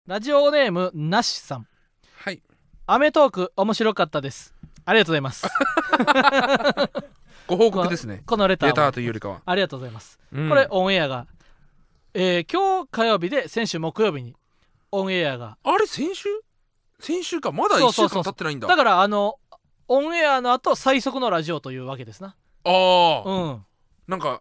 ラジオネームなしさん。 はい。 アメトーク面白かったです。ありがとうございます。 ご報告ですね。 このレターというよりかはありがとうございます、 うん、 これオンエアが、今日火曜日で先週木曜日にオンエアがあれ先週か。まだ1週間経ってないんだ。 だからオンエアの後最速のラジオというわけですな。 ああ、 うん、 なんか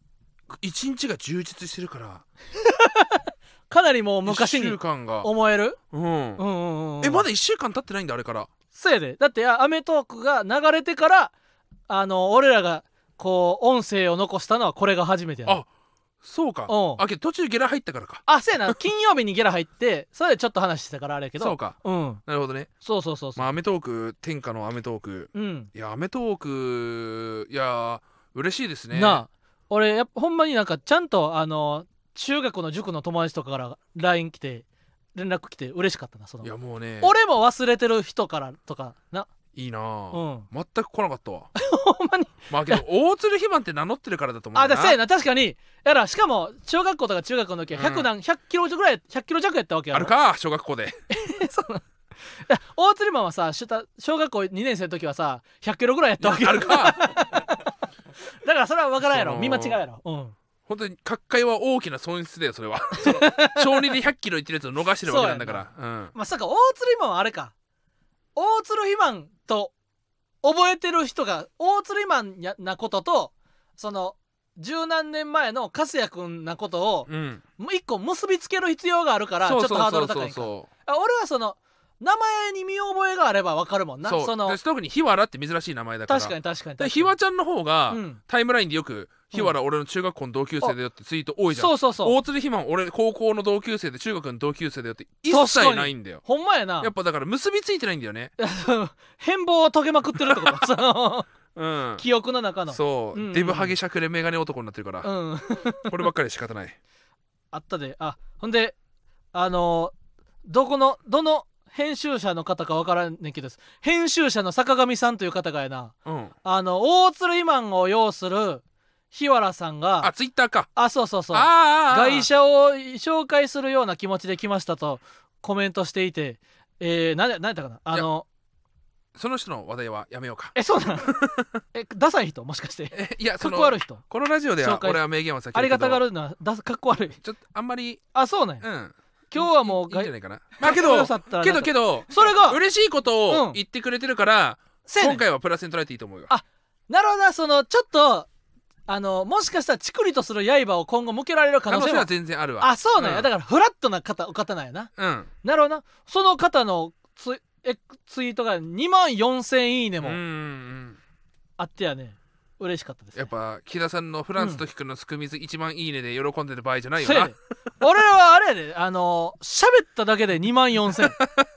1日が充実してるからかなりもう昔に 1週間が思える。 うん、 まだ1週間経ってないんだあれから。 そうやで。だってアメトークが流れてから俺らがこう音声を残したのはこれが初めてや。 あ、そうか。けど途中ゲラ入ったからか。 そうやな。金曜日にゲラ入ってそれでちょっと話してたからあれやけど。 そうか。なるほどね。 そう。 アメトーク天下のアメトーク。いやアメトーク嬉しいですね。 なあ、俺やっぱほんまになんかちゃんと中学の塾の友達とかから LINE 来て連絡来て嬉しかったな。 いやもうね、 俺も忘れてる人からとかな。 いいなあ、全く来なかったわ。 ほんまに。 けど大鶴ひまんって名乗ってるからだと思うんだな。 そうやな。確かにしかも小学校とか中学校の時は100キロぐらい100キロ弱やったわけやろ。 あるか小学校でそう大鶴マンはさ小学校2年生の時はさ100キロぐらいやったわけやろ。 あるかだからそれは分からんやろ。見間違いやろ。 本当に各界は大きな損失だよそれは。小2で100キロいってるやつを逃してるわけなんだから。 まさか大鶴ひまんはあれか。大鶴ひまんと覚えてる人が大鶴ひまんなこととその十何年前の粕谷くんなことを一個結びつける必要があるからちょっとハードル高いんか。俺はその名前に見覚えがあれば分かるもんな。 特に日原って珍しい名前だから。 確かにでひわちゃんの方が、タイムラインでよく日原、俺の中学校の同級生だよってツイート多いじゃん。大鶴ひまん俺高校の同級生で中学の同級生だよって一切ないんだよ。 ほんまやな。 やっぱだから結びついてないんだよね。 変貌を遂げまくってるってこと記憶の中の。 デブハゲしゃくれメガネ男になってるから、こればっかり仕方ない。 あったで。ほんでどの編集者の方か分からんねんけど、編集者の坂上さんという方がやな、大鶴ひまんを擁する日原さんがツイッターか。 そう外車を紹介するような気持ちで来ましたとコメントしていて、何やったかな。 その人の話題はやめようか。 そうなの。ダサい人もしかして。 いやかっこ悪い人。 このラジオでは俺は名言を避けるけど、 ありがたがるのはかっこ悪い。 ちょっとあんまり。 そうなんや。今日はもういいんじゃないかな。けどそれが嬉しいことを言ってくれてるから、今回はプラスに捉えていいと思うよ。 なるほどな。ちょっともしかしたらチクリとする刃を今後向けられる可能性は全然あるわ。 そうなんや。だからフラットなお方なんやな。なるほどな。その方のツイートが24,000いいねもあってやね、嬉しかったです。 やっぱ木田さんのフランスと聞くのすく水1万いいねで喜んでる場合じゃないよな。 俺はあれやで、喋っただけで24,000。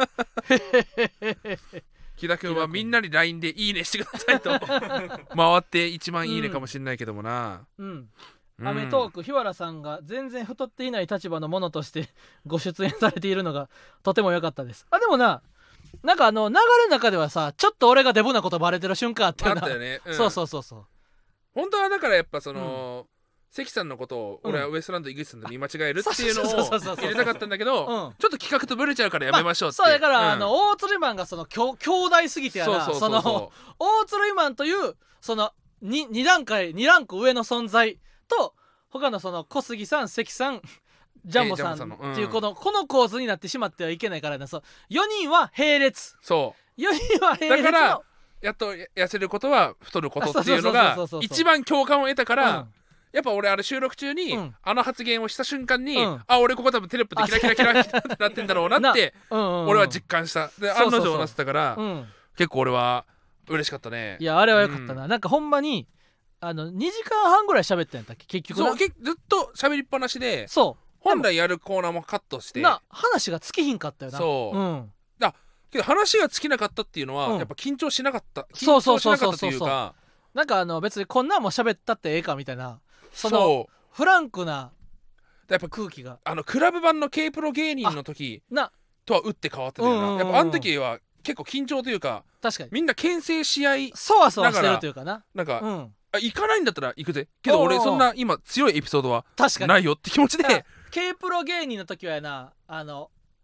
木田君はみんなに LINE でいいねしてくださいと回って1万いいねかもしれないけどもな。アメトーク日原さんが全然太っていない立場のものとしてご出演されているのがとても良かったです。でもなんか流れの中ではさ、ちょっと俺がデブなことバレてる瞬間あったよな。あったよね。そう本当はだからやっぱ関さんのことを俺はウエストランド井口さんと見間違えるっていうのを入れたかったんだけど、ちょっと企画とブレちゃうからやめましょうって。 そうだから大鶴ひまんが強大すぎてやな。大鶴ひまんという2ランク上の存在と他の小杉さん関さんジャンボさんっていうこの構図になってしまってはいけないからな。4人は並列。4人は並列の。だからやっと痩せることは太ることっていうのが一番共感を得たから、やっぱ俺収録中に発言をした瞬間に、俺ここ多分テレポでキラキラキラってなってんだろうなって俺は実感した。で案の定なってたから結構俺は嬉しかったね。 いやあれはよかったな。なんかほんまに2時間半ぐらい喋ったんやったっけ結局。 ずっと喋りっぱなしで、本来やるコーナーもカットして話が尽きひんかったよな。 けど話が尽きなかったっていうのはやっぱ緊張しなかったというか、 なんか別にこんなんも喋ったってええかみたいな、フランクなやっぱ空気がクラブ版の K プロ芸人の時とは打って変わってたよな。やっぱあの時は結構緊張というか、 確かにみんな牽制し合いそわそわしてるというかな。 なんか行かないんだったら行くぜけど俺そんな今強いエピソードはないよって気持ちで。 K プロ芸人の時はやな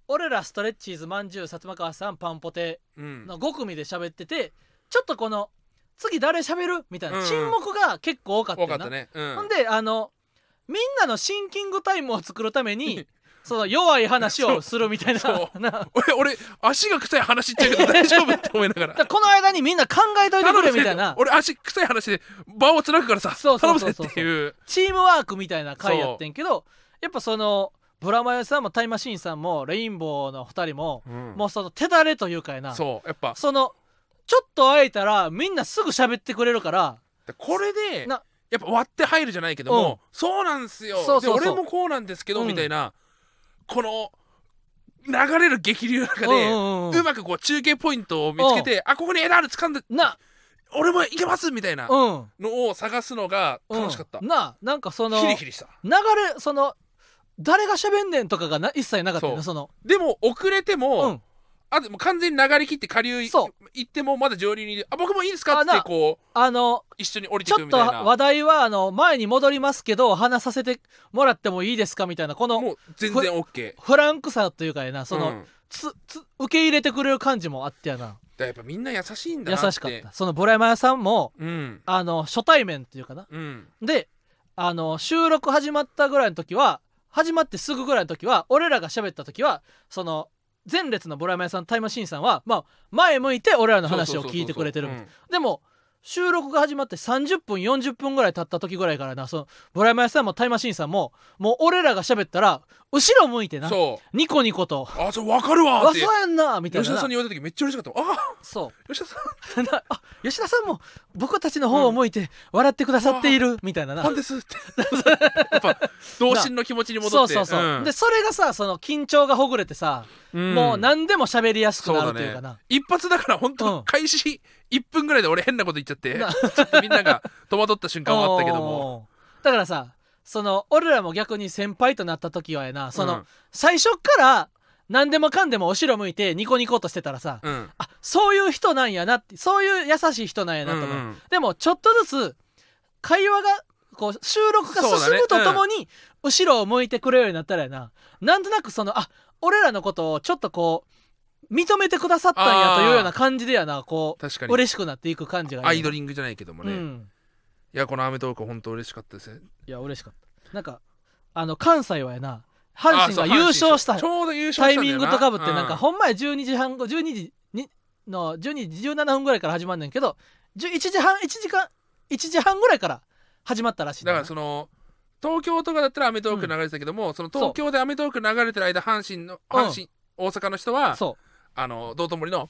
俺らストレッチーズまんじゅう薩摩川さんパンポテの5組で喋ってて、ちょっとこの次誰喋るみたいな沈黙が結構多かったよな。 多かったね、 ほんでみんなのシンキングタイムを作るためにその弱い話をするみたいな俺足が臭い話言っちゃうけど大丈夫って思いながらこの間にみんな考えといてくれみたいな俺足臭い話で場をつなぐからさ頼むぜっていうチームワークみたいな回やってんけど、やっぱそのブラマヨさんもタイムマシーンさんもレインボーの2人も、もうその手だれというかやな、 そうやっぱそのちょっと空いたらみんなすぐ喋ってくれるから、 これでやっぱ割って入るじゃないけども、そうなんすよ、で俺もこうなんですけど、みたいなこの流れる激流の中で、うまくこう中継ポイントを見つけて、あここに枝ある掴んで俺もいけますみたいなのを探すのが楽しかった、 なんかそのヒリヒリした流れ、その誰が喋んねんとかが一切なかったよ。そのでも遅れても、でも完全に流れ切って下流行ってもまだ上流に僕もいいですかってこう一緒に降りてくるみたいな。 ちょっと話題は前に戻りますけど話させてもらってもいいですかみたいな、このもう全然 OK フランクさというかやな、その、受け入れてくれる感じもあってやな。 やっぱみんな優しいんだなって。 優しかった。そのブラヤマヤさんも、初対面っていうかな、で収録始まったぐらいの時は、始まってすぐぐらいの時は俺らが喋った時はその前列のブラマヨさんタイムマシーンさんは前向いて俺らの話を聞いてくれてる。でも収録が始まって30分40分ぐらい経った時ぐらいからな、そのブラマヨさんもタイムマシーンさんももう俺らが喋ったら後ろ向いてな、ニコニコとそれ分かるわってそうやんなみたいな。 吉田さんに言われた時めっちゃ嬉しかった。 そう吉田さん吉田さんも僕たちの方を向いて笑ってくださっているみたいなな、 ファンですってやっぱ同心の気持ちに戻って、 でそれがさ、その緊張がほぐれてさ、もう何でも喋りやすくなるというかな、 一発だから本当開始1分ぐらいで俺変なこと言っちゃってちょっとみんなが戸惑った瞬間はあったけどもだからさ、その俺らも逆に先輩となった時はやな、その最初から何でもかんでも後ろ向いてニコニコとしてたらさ、そういう人なんやなって、そういう優しい人なんやなと思う、でもちょっとずつ会話がこう収録が進むとともに後ろを向いてくれるようになったらやな、なんとなくその俺らのことをちょっとこう認めてくださったんやというような感じでやな、こう嬉しくなっていく感じが、 アイドリングじゃないけどもね、いやこのアメトーーク本当嬉しかったですね。いや嬉しかった。なんか関西はやな、阪神が優勝したちょうど優勝したタイミングとかぶって、なんかほんまや12時半後12時の12時17分ぐらいから始まんねんけど、1時半ぐらいから始まったらしい。 だからその東京とかだったらアメトーーク流れてたけども、その東京でアメトーーク流れてる間阪神大阪の人は道頓堀の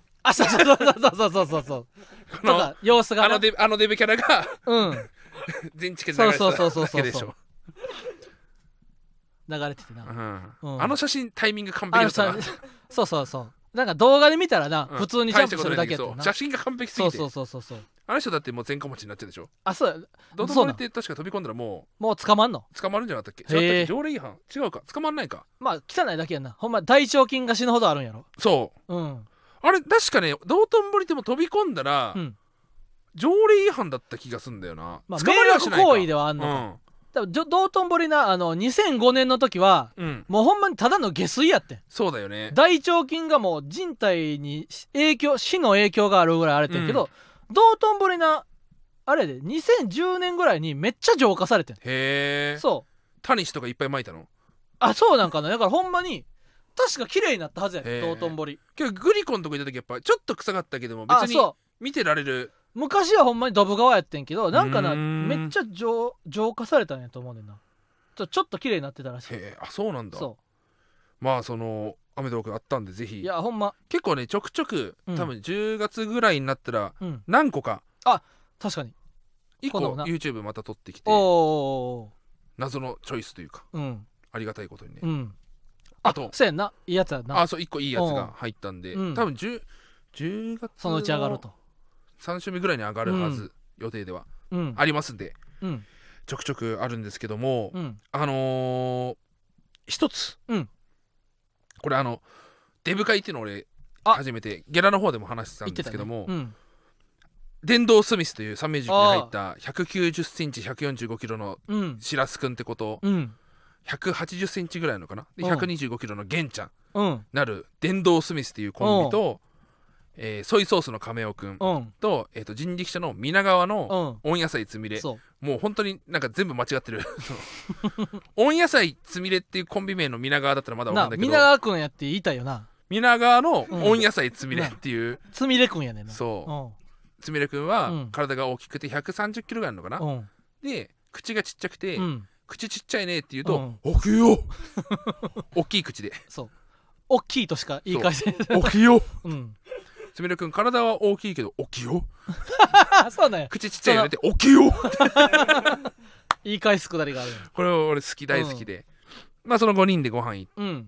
そうとか様子があのデブキャラが全地形で流れてただけでしょ。 流れててな、 あの写真タイミング完璧だったな。 そうなんか動画で見たらな、普通にジャンプするだけやったな。 写真が完璧すぎて、 そうあの人だってもう前科持ちになっちゃうでしょ。 そう道頓堀って確か飛び込んだらもう捕まんの？ 捕まるんじゃなかったっけ？条例違反違うか、捕まんないか。 汚いだけやんな。ほんま大腸菌が死ぬほどあるんやろ。 あれ確かね、道頓堀でも飛び込んだら条例違反だった気がするんだよな。 迷惑行為ではあんのか。道頓堀な2005年の時は、もうほんまにただの下水やってん。 そうだよね。 大腸菌がもう人体に死の影響があるぐらいあれてんけど、道頓堀なあれで2010年ぐらいにめっちゃ浄化されてん。 へえ。タニシとかいっぱい撒いたの？ そうなんかな。だからほんまに確か綺麗になったはずやねん、道頓堀。 けどグリコのとこ行った時やっぱちょっと臭かったけども別に見てられる。 昔はほんまにドブ川やってんけど、なんかなめっちゃ浄化されたんやと思うねんな。ちょっと綺麗になってたらしい。 そうなんだ。そのアメトーークあったんでぜひ。 いやほんま結構ねちょくちょく多分10月ぐらいになったら何個か、 確かに 1個 YouTube また撮ってきて謎のチョイスというか、ありがたいことにね、あとそうやんな、いいやつやな。 そう1個いいやつが入ったんで、多分10月そのうち上がると 3週目ぐらいに上がるはず、予定ではありますんで、ちょくちょくあるんですけども、一つ、これデブ会っていうのを俺初めてゲラの方でも話してたんですけども、電動スミスという三名塾に入った190センチ145キロのしらすくんってこと、180センチぐらいのかなで125キロのゲンちゃんなる電動スミスっていうコンビと、ソイソースの亀尾くんと、人力車の皆川の温野菜つみれ、もう本当になんか全部間違ってる温野菜つみれっていうコンビ名の皆川だったらまだ分かんないけど、 皆川くんやって言いたいよな。 皆川の温野菜つみれっていう、 つみれくんやねんな。 そうつみれくんは体が大きくて130キロぐらいあるのかな、で口がちっちゃくて、口ちっちゃいねって言うと、大きいよ大きい口で、 そう大きいとしか言い返せない。 大きいよ、つみれくん体は大きいけど大きいよそうなんや。 口ちっちゃいよねって大きいよ言い返すくだりがある。 これ俺好き、大好きで、まあその5人でご飯行って、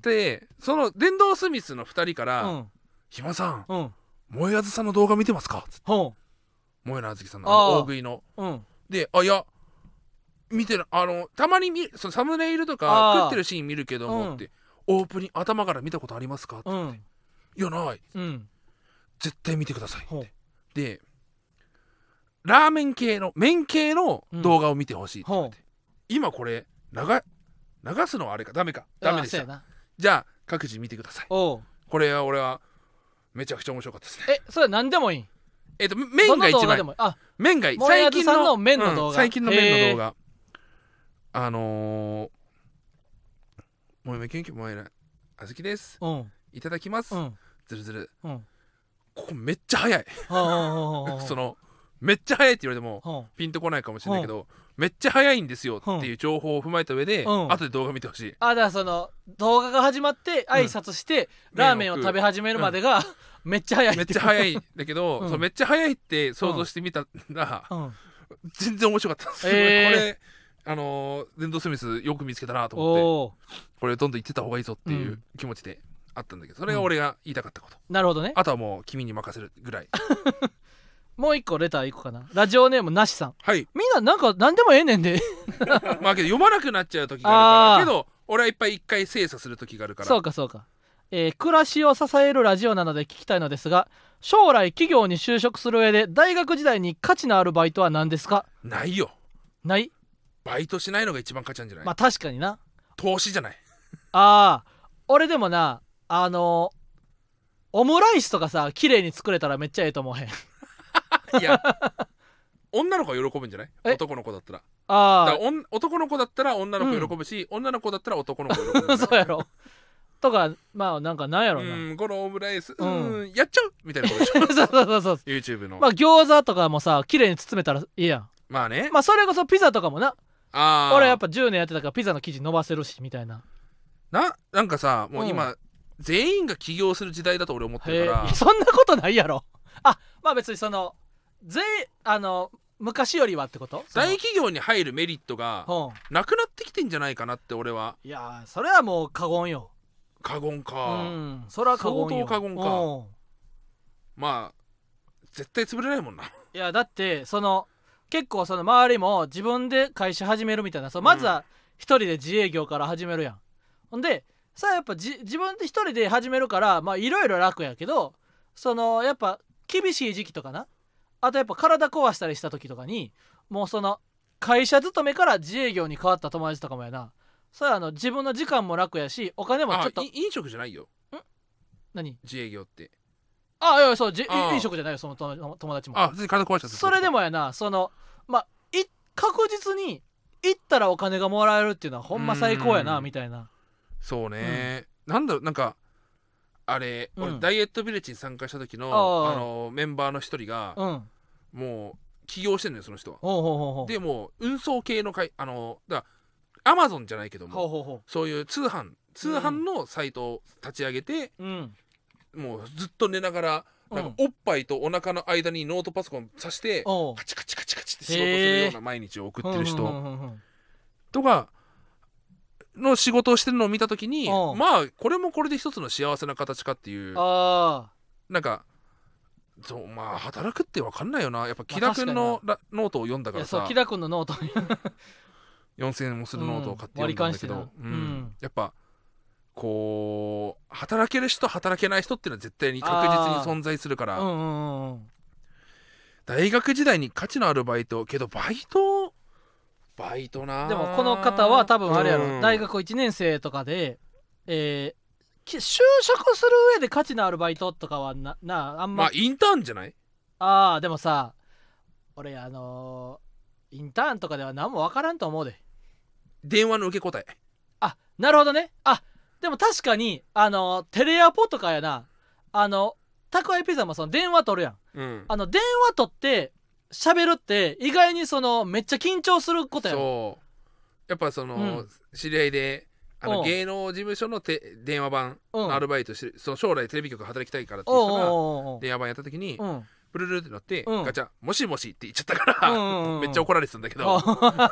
その電動スミスの2人から「ひまさん、萌えあずさんの動画見てますか?」っつって、萌えのあずきさんの大食いの、で「いや見てる、たまにそのサムネイルとか食ってるシーン見るけども」って、オープニング頭から見たことありますか?」って言って「いやない、絶対見てください」ってでラーメン系の麺系の動画を見てほしいって言って、今これ流すのはあれかダメですよ。じゃあ各自見てください。これは俺はめちゃくちゃ面白かったですね。 それは何でもいい？ 麺が一枚、麺が最近の麺の動画、 最近の麺の動画、もう今元気もえないあずきです、いただきます、ずるずる、ここめっちゃ早いそのめっちゃ早いって言われてもピンとこないかもしれないけど、めっちゃ早いんですよっていう情報を踏まえた上で、後で動画見てほしい。 だからその動画が始まって挨拶して、ラーメンを食べ始めるまでが、めっちゃ早い。 めっちゃ早いんだけど、そのめっちゃ早いって想像してみたら、全然面白かったです。これ電動スミスよく見つけたなと思って、これどんどん言ってた方がいいぞっていう気持ちであったんだけど、それが俺が言いたかったこと。 なるほどね。 あとはもう君に任せるぐらいもう一個レターいこうかな。ラジオネームなしさん。 はい。 みんななんか何でもええねんでまあけど読まなくなっちゃう時があるから、けど俺はいっぱい一回精査する時があるから。 そうかそうか。暮らしを支えるラジオなので聞きたいのですが、将来企業に就職する上で大学時代に価値のあるバイトは何ですか？ ないよ。 ない？ バイトしないのが一番価値なんじゃない？ まあ確かにな。 投資じゃない？ 俺でもな、オムライスとかさ綺麗に作れたらめっちゃええと思うへんいや女の子は喜ぶんじゃない？男の子だったら。だから男の子だったら女の子喜ぶし、女の子だったら男の子喜ぶそうやろとか、まあなんかなんやろな、 このオムライスやっちゃうみたいなことでしょそう YouTube のまあ餃子とかもさ綺麗に包めたらいいやん。 まあね、 まあそれこそピザとかもな、俺やっぱ10年やってたからピザの生地伸ばせるしみたいな。 なんかさ、もう今、全員が起業する時代だと俺思ってるから。 そんなことないやろまあ別にその昔よりはってこと？ 大企業に入るメリットがなくなってきてんじゃないかなって俺は。 いやそれはもう過言よ。 過言か。 それは過言よ。 相当過言か。まあ絶対潰れないもんな。 いやだってその結構その周りも自分で会社始めるみたいな、まずは一人で自営業から始めるやん。ほんでさあやっぱ自分で一人で始めるからまあいろいろ楽やけど、そのやっぱ厳しい時期とかな、あとやっぱ体壊したりした時とかにもうその会社勤めから自営業に変わった友達とかもやな、それは自分の時間も楽やしお金もちょっと。 飲食じゃないよ。 何？ 自営業って。 いやそう飲食じゃないよその友達も。 普通に体壊しちゃった。 それでもやな、そのまあ確実に行ったらお金がもらえるっていうのはほんま最高やなみたいな。 そうね、なんだろう、なんかあれ、俺ダイエットビレッジに参加した時のメンバーの一人が、もう起業してんのよその人は。でもう運送系のだからアマゾンじゃないけども、そういう通販のサイトを立ち上げて、もうずっと寝ながらなんかおっぱいとお腹の間にノートパソコン挿してカチカチカチカチって仕事するような毎日を送ってる人とかの仕事をしてるのを見た時に、まあこれもこれで一つの幸せな形かっていう。なんかそう、まあ働くって分かんないよな。やっぱ木田君のノートを読んだからさ、 木田君のノート 4000円もするノートを買って読んだんだけど、やっぱこう働ける人働けない人っていうのは絶対に確実に存在するから、大学時代に価値のあるバイトけどバイトな。 でもこの方は多分あれやろ、大学1年生とかで、 就職する上で価値のあるバイトとかはあんま、 まあインターンじゃない？ でもさ俺インターンとかでは何も分からんと思うで。 電話の受け答え。 なるほどね。でも確かにテレアポとかやな、宅配ピザもその電話取るやん、電話取って喋るって意外にめっちゃ緊張することやん。 そうやっぱ知り合いで芸能事務所の電話番のアルバイトしてその将来テレビ局働きたいからっていう人が電話番やった時にブルルルってなってガチャもしもしって言っちゃったからめっちゃ怒られてたんだけど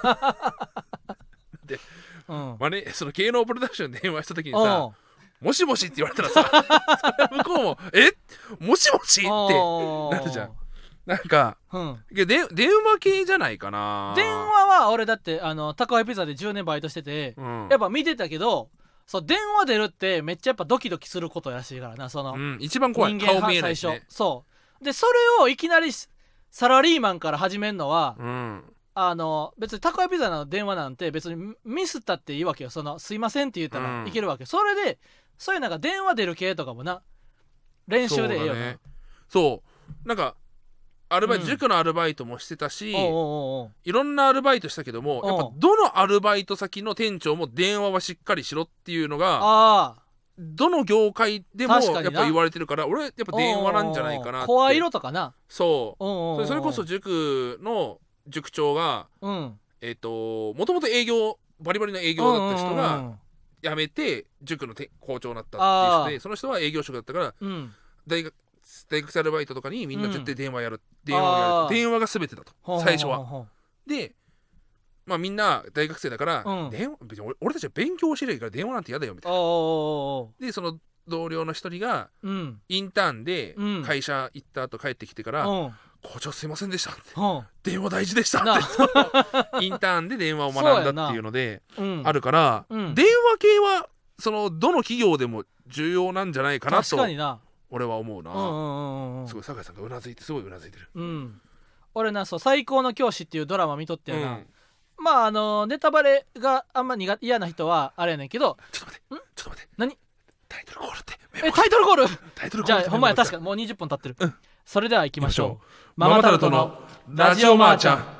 でその芸能プロダクションで電話した時にさもしもしって言われたらさ向こうももしもしってなるじゃん。なんか、電話系じゃないかな。 電話は俺だって宅配ピザで10年バイトしてて、やっぱ見てたけど電話出るってめっちゃやっぱドキドキすることらしいからな。 一番怖い人間顔見えないし、ね、 最初そうでそれをいきなりサラリーマンから始めるのは、別に宅配ピザの電話なんて別にミスったっていいわけよ。すいませんって言ったらいけるわけ、それでそういうなんか電話出る系とかもな練習でええよな。 そうなんかアルバイト、塾のアルバイトもしてたし、いろんなアルバイトしたけどもやっぱどのアルバイト先の店長も電話はしっかりしろっていうのがどの業界でもやっぱ言われてるから俺やっぱ電話なんじゃないかなって。 声色とかな。 それこそ塾の塾長がもともとバリバリの営業だった人が辞めて塾の校長になったっていう人で、その人は営業職だったから大学生アルバイトとかにみんな絶対電話やる、電話が全てだと最初は。でまあみんな大学生だから、別に俺たちは勉強教えればいいから電話なんて嫌だよみたいな。でその同僚の一人がインターンで会社行った後帰ってきてから「校長すいませんでした」って「電話大事でした」ってインターンで電話を学んだっていうのであるから電話系はどの企業でも重要なんじゃないかなと俺は思うな。すごい酒井さんがうなずいてすごいうなずいてる。 俺な最高の教師っていうドラマ見とってやな、まあネタバレがあんま嫌な人はあれやねんけど。 ちょっと待って何タイトルコールってタイトルコールタイトルコールじゃあほんまや確かにもう20分経ってる、それでは行きましょう。 ママタルトのラジオマーちゃん。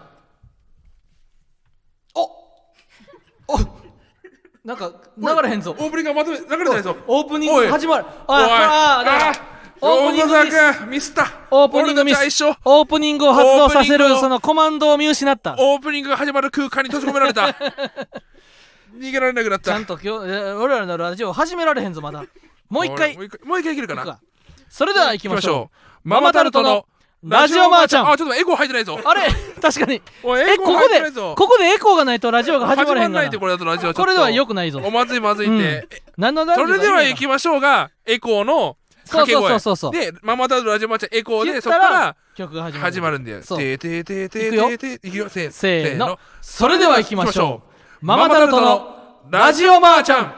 なんか流れへんぞ。 オープニングがまとめ流れてないぞ。 オープニング始まる。 オープニングミスった。 オープニングミス。オープニングを発動させるそのコマンドを見失った。 オープニングが始まる空間に閉じ込められた。逃げられなくなった。 ちゃんと今日俺らのラジオ始められへんぞまだ。もう一回いけるかな。 それでは行きましょう。 ママタルトのラジオマーちゃん。ちょっとエコー入ってないぞ。 あれ確かに。ここでエコーがないとラジオが始まらへんから。これでは良くないぞ。 まずいって。それでは行きましょうがエコーの掛け声でママタルトのラジオマーちゃんエコーでそこから曲が始まるんだよ。 いくよ。せーの。 それでは行きましょう。ママタルトのラジオマーちゃん。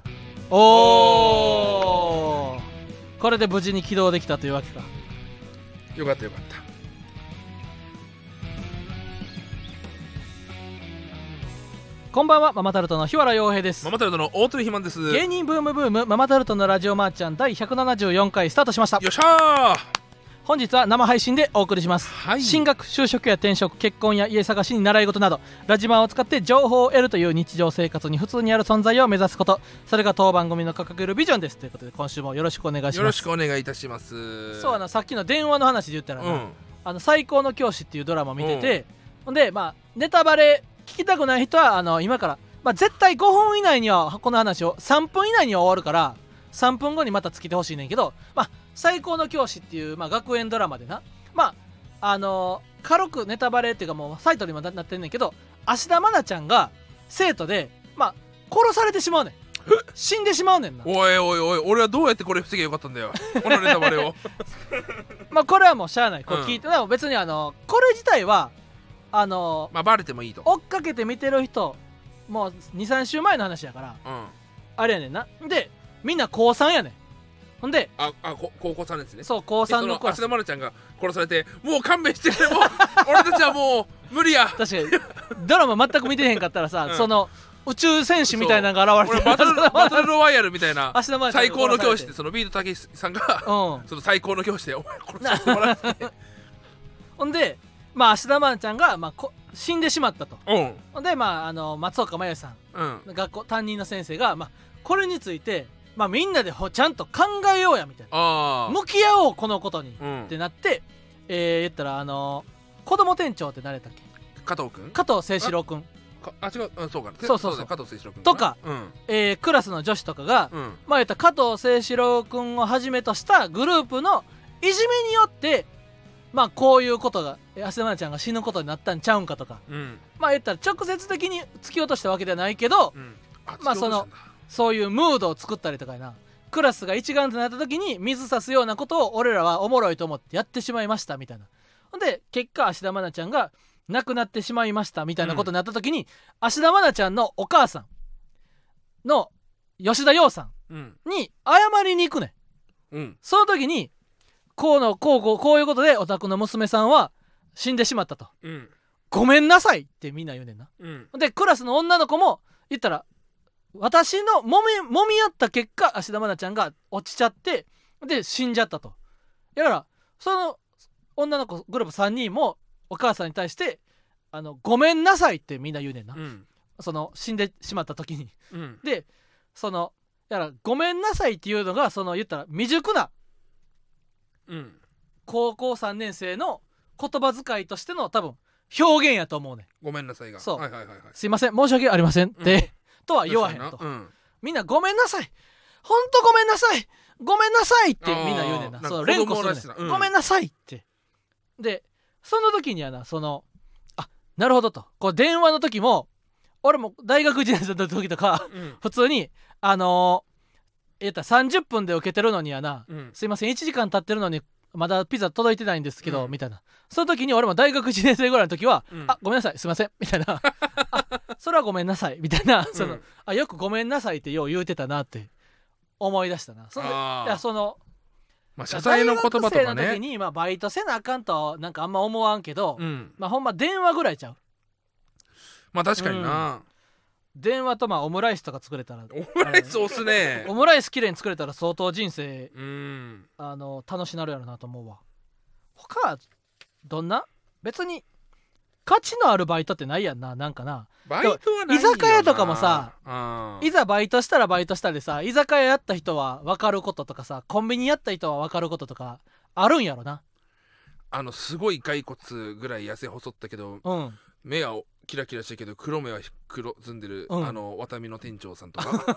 これで無事に起動できたというわけか。 よかった。 こんばんは、ママタルトの日原洋平です。 ママタルトの大鳥ひまんです。 芸人ブームママタルトのラジオマーちゃん第174回スタートしました。 よっしゃー。 本日は生配信でお送りします、進学、就職や転職、結婚や家探しに習い事などラジマンを使って情報を得るという日常生活に普通にある存在を目指すこと、それが当番組の掲げるビジョンです。ということで今週もよろしくお願いします。 よろしくお願いいたします。 そうさっきの電話の話で言ったらな、最高の教師っていうドラマ見てて、ほんでネタバレ聞きたくない人は今から、絶対5分以内にはこの話を3分以内には終わるから3分後にまたつけてほしいねんけど、最高の教師っていう、学園ドラマでな、軽くネタバレっていうかもうサイトにもなってんねんけど、芦田愛菜ちゃんが生徒で殺されてしまうねん。死んでしまうねんな。 おい俺はどうやってこれ防げばよかったんだよこのネタバレをこれはもうしゃあない、こう聞いて、でも別にこれ自体はバレてもいいと追っかけて見てる人もう 2,3 週前の話やから、あれやねんな。でみんな高3やねん。ほんで高校3年ですね。 そう高3の子芦田愛菜ちゃんが殺されてもう勘弁してくれもう俺たちはもう無理や。 確かにドラマ全く見てへんかったらさ、 宇宙戦士みたいなのが現れてバトルロワイヤルみたいな芦田愛菜ちゃん最高の教師でそのビートたけしさんがその最高の教師でお前殺させてもらってほんでまあ芦田愛菜ちゃんが死んでしまったと。ほんで松岡茉優さん、学校担任の先生がこれについてみんなでちゃんと考えようやみたいな、向き合おうこのことに、ってなって言ったら子供店長って誰だっけ、 加藤くん、 加藤清史郎くん、 違う、そうか、 そう加藤清史郎くんとか、クラスの女子とかが、言った加藤清史郎くんをはじめとしたグループのいじめによってこういうことが芦田愛菜ちゃんが死ぬことになったんちゃうんかとか、言ったら直接的に突き落としたわけではないけど、そういうムードを作ったりとかな、クラスが一丸となった時に水差すようなことを俺らはおもろいと思ってやってしまいましたみたいな。ほんで結果芦田愛菜ちゃんが亡くなってしまいましたみたいなことになった時に、芦田愛菜ちゃんのお母さんの吉田羊さんに謝りに行くね、その時にこういうことでお宅の娘さんは死んでしまったと、ごめんなさいってみんな言うねんな、でクラスの女の子も言ったら私のもみ合った結果芦田愛菜ちゃんが落ちちゃってで死んじゃったと。だからその女の子グループ3人もお母さんに対してごめんなさいってみんな言うねんな、その死んでしまった時に、でだからごめんなさいっていうのが言ったら未熟な、高校3年生の言葉遣いとしての多分表現やと思うねん。 ごめんなさいが、 そう、すいません申し訳ありませんって、とは言わへんと、みんなごめんなさいほんとごめんなさいごめんなさいってみんな言うねんな、その連呼するねん、ごめんなさいって。でその時にはななるほどと、こう電話の時も俺も大学1年生の時とか、普通に30分で受けてるのにはな、すいません1時間経ってるのにまだピザ届いてないんですけど、みたいな。その時に俺も大学1年生ぐらいの時は、ごめんなさいすいませんみたいなそれはごめんなさいみたいな、よくごめんなさいってよう言うてたなって思い出したな。 謝罪の言葉とかね、大学生の時にバイトせなあかんとなんかあんま思わんけど、ほんま電話ぐらいちゃう。 確かにな、 電話とオムライスとか作れたら、 オムライス押すねオムライスきれいに作れたら相当人生楽しなるやろなと思うわ。他はどんな別に価値のあるバイトってないやんな。なんかなバイトはないよな。 居酒屋とかもさ、いざバイトしたらバイトしたでさ、居酒屋やった人は分かることとかさ、コンビニやった人は分かることとかあるんやろな。 すごい骸骨ぐらい痩せ細ったけど、目はキラキラしてるけど黒目は黒ずんでる、ワタミの店長さんとか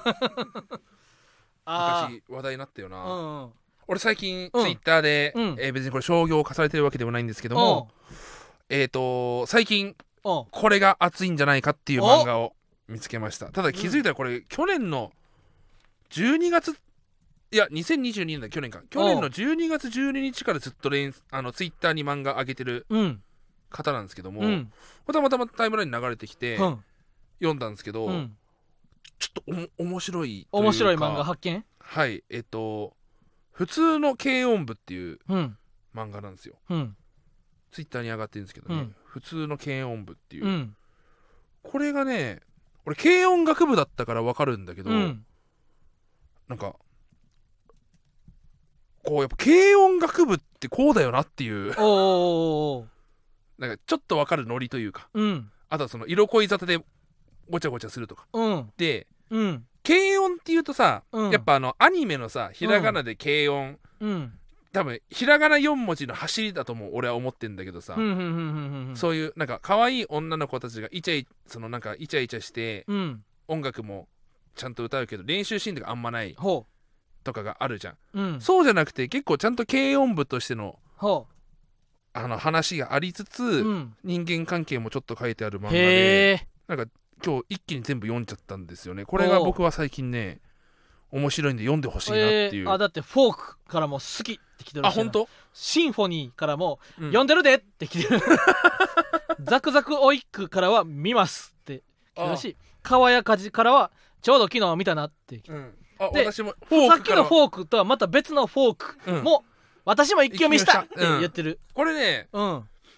昔話題になったよな、俺最近ツイッターで、別にこれ商業化されてるわけではないんですけども、最近これが熱いんじゃないかっていう漫画を見つけました。ただ気づいたらこれ、去年の12月いや2022年だ、去年の12月12日からずっとツイッターに漫画上げてる方なんですけども、たまたまタイムラインに流れてきて、読んだんですけど、ちょっと面白いというか、 面白い漫画発見。 はい、普通の軽音部っていう漫画なんですよ、ツイッターに上がってるんですけどね、普通の軽音部っていう、これがね、俺軽音楽部だったから分かるんだけど、なんかこうやっぱ軽音楽部ってこうだよなっていうなんかちょっと分かるノリというか、あとはその色恋沙汰でごちゃごちゃするとか、で、軽音っていうとさ、やっぱアニメのさひらがなで軽音、多分ひらがな4文字の走りだとも俺は思ってんだけどさ、そういうなんか可愛い女の子たちがイチャイチャして、音楽もちゃんと歌うけど練習シーンとかあんまないとかがあるじゃん、そうじゃなくて結構ちゃんと軽音部としての話がありつつ、人間関係もちょっと書いてある漫画で、なんか今日一気に全部読んじゃったんですよね。これが僕は最近ね面白いんで読んでほしいなっていう、 だってフォークからも好きって来てるし、 本当シンフォニーからも、読んでるでって来てるザクザクオイックからは見ますって来てるし、川谷梶からはちょうど昨日見たなって来てる、で私もフォークさっきのフォークとはまた別のフォークも、私も一気読みしたって言ってる、 これね、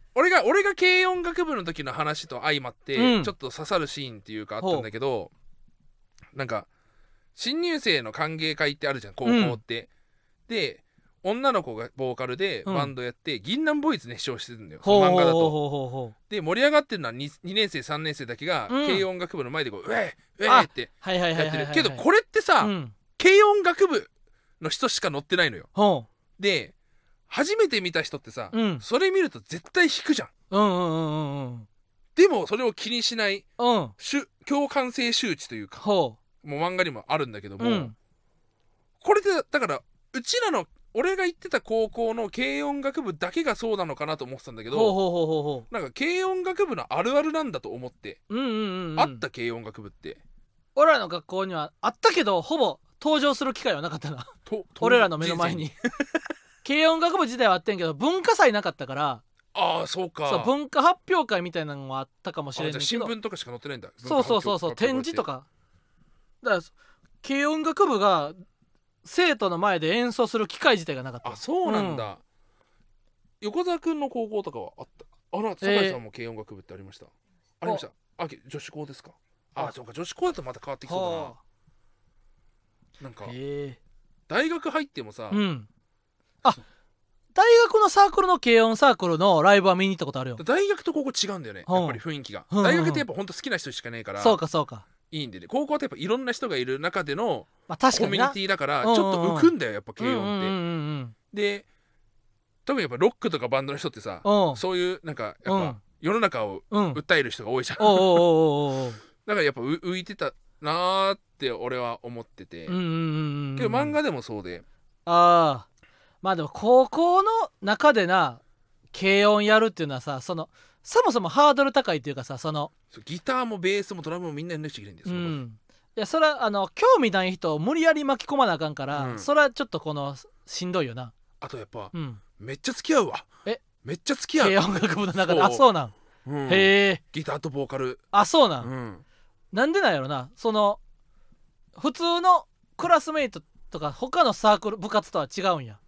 俺が軽音楽部の時の話と相まって、 うんちょっと刺さるシーンっていうかあったんだけど、なんか新入生の歓迎会ってあるじゃん高校って、で女の子がボーカルでバンドやって、銀杏ボーイズ熱唱してるんだよ、その漫画だと。で盛り上がってるのは 2年生3年生だけが、軽音楽部の前でこうウェーウェーってやってるけど、これってさ、軽音楽部の人しか乗ってないのよ。で初めて見た人ってさ、それ見ると絶対引くじゃん。でもそれを気にしない、共感性周知というか、もう漫画にもあるんだけども、これでだからうちらの俺が行ってた高校の軽音楽部だけがそうなのかなと思ってたんだけど、なんか軽音楽部のあるあるなんだと思って、あった軽音楽部って俺らの学校にはあったけど、ほぼ登場する機会はなかったな俺らの目の前に軽音楽部自体はあってんけど、文化祭なかったから。 ああそうか。 そう文化発表会みたいなのもあったかもしれないけど、 新聞とかしか載ってないんだ。 そう展示とかだから、軽音楽部が生徒の前で演奏する機会自体がなかった。 あそうなんだ、横澤くんの高校とかはあった？あら酒井さんも軽音楽部ってありました？ありました。あ女子校ですか？あそうか、女子校だとまた変わってきそうだな。なんか大学入ってもさ、 あ大学のサークルの軽音サークルのライブは見に行ったことあるよ。 大学と高校違うんだよね、やっぱり雰囲気が。大学ってやっぱほんと好きな人しかねえから、 そうかいいんでね。高校ってやっぱいろんな人がいる中でのコ確かにミュニティだからちょっと浮くんだよやっぱ軽音って。で特にやっぱロックとかバンドの人ってさ、そういうなんかやっぱ世の中を訴える人が多いじゃん。だからやっぱ浮いてたなーって俺は思ってて、けど漫画でもそうで、 まあでも高校の中でな軽音やるっていうのはさ、そもそもハードル高いっていうかさ、 ギターもベースもドラムもみんなやんなきゃいけないんだよ。 いやそれは興味ない人を無理やり巻き込まなあかんから、それはちょっとしんどいよな。 あとやっぱ、めっちゃ付き合うわ。めっちゃ付き合う。 軽音楽部の中で。あそうなん、へえ。 ギターとボーカル。 あそうなん、なんでなんやろな。普通のクラスメイトとか他のサークル部活とは違うんや。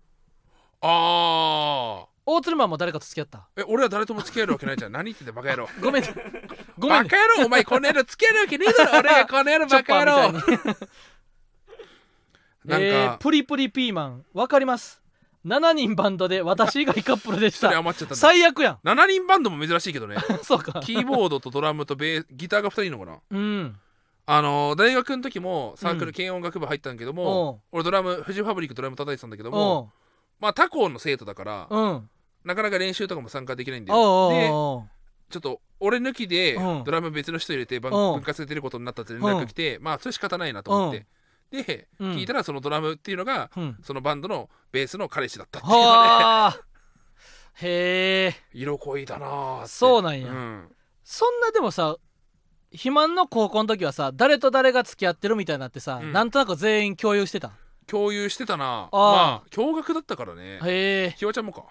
大鶴マンも誰かと付き合った？ 俺は誰とも付き合えるわけないじゃん。何言ってんだバカ野郎。 ごめんバカ野郎、お前この野郎付き合えるわけねえだろ。俺がこの野郎バカ野郎なんかプリプリピーマンわかります。7人バンドで私以外カップルでした。 1人余っちゃったんだ。 最悪やん。 7人バンドも珍しいけどねそうか。 キーボードとドラムとギターが2人いるのかな。大学の時もサークル軽音楽部入ったんだけども、俺フジファブリックドラム叩いてたんだけども、まあ他校の生徒だから、なかなか練習とかも参加できないんだよ。でちょっと俺抜きでドラム別の人入れて文化祭出ることになったって連絡来て、まあそれ仕方ないなと思って、で聞いたらそのドラムっていうのがそのバンドのベースの彼氏だったっていうのでへえ色濃いだなーって。 そうなんや。そんなでもさ、肥満の高校の時はさ、誰と誰が付き合ってるみたいになってさ、なんとなく全員共有してたな。まあ共学だったからね。 へえ。 ひわちゃんもか。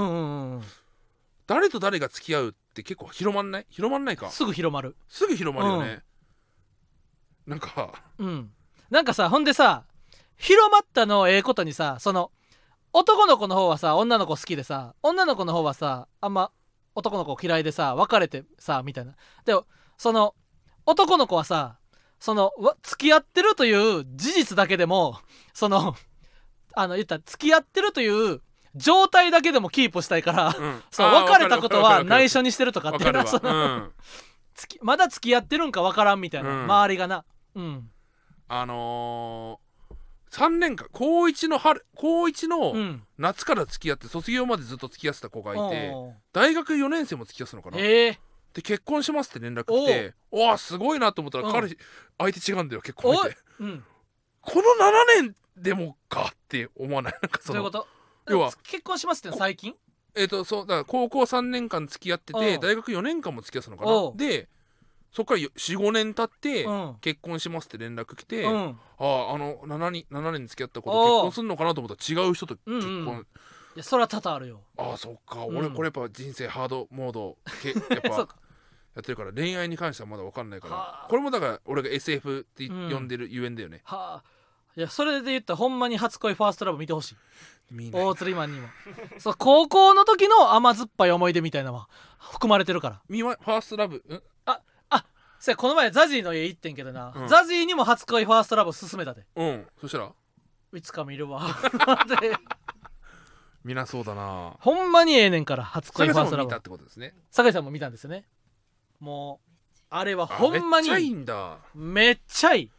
誰と誰が付き合うって結構広まんないか。 すぐ広まるよね。なんかなんかさ、ほんでさ、広まったのをことにさ、男の子の方はさ女の子好きでさ、女の子の方はさあんま男の子嫌いでさ別れてさみたいな。で男の子はさ付き合ってるという事実だけでも言ったら付き合ってるという状態だけでもキープしたいから、別れたことは内緒にしてるとかっていうのまだ付き合ってるんか分からんみたいな、周りがな。 3年間高1の夏から付き合って卒業までずっと付き合ってた子がいて、大学4年生も付き合ってたのかな。で結婚しますって連絡来て、わあすごいなと思ったら相手違うんだよ、結婚相手。この7年でもかって思わない？なんかどういうこと？要は結婚しますって最近？ そうだから高校3年間付き合ってて大学4年間も付き合ってたのかな。でそっから 4,5 年経って結婚しますって連絡来て、7年付き合った子と結婚するのかなと思ったら違う人と結婚。 いやそれは多々あるよ。 そっか。俺これやっぱ人生ハードモードやっぱやってるから恋愛に関してはまだ分かんないから、これもだから俺が SF って呼んでるゆえんだよね。 いやそれで言ったらほんまに初恋ファーストラブ見てほしい。 見ない大釣りマンにもそう高校の時の甘酸っぱい思い出みたいなのは含まれてるから。 ファーストラブそやこの前ザジーの家行ってんけどな、 うんザジーにも初恋ファーストラブ勧めたで。 そしたらいつか見るわで見なそうだな。 ほんまにええねんから初恋ファーストラブ。 見たってことですね。 酒井さんも見たんですよね。もうあれはほんまにめっちゃいいんだ。 めっちゃいい。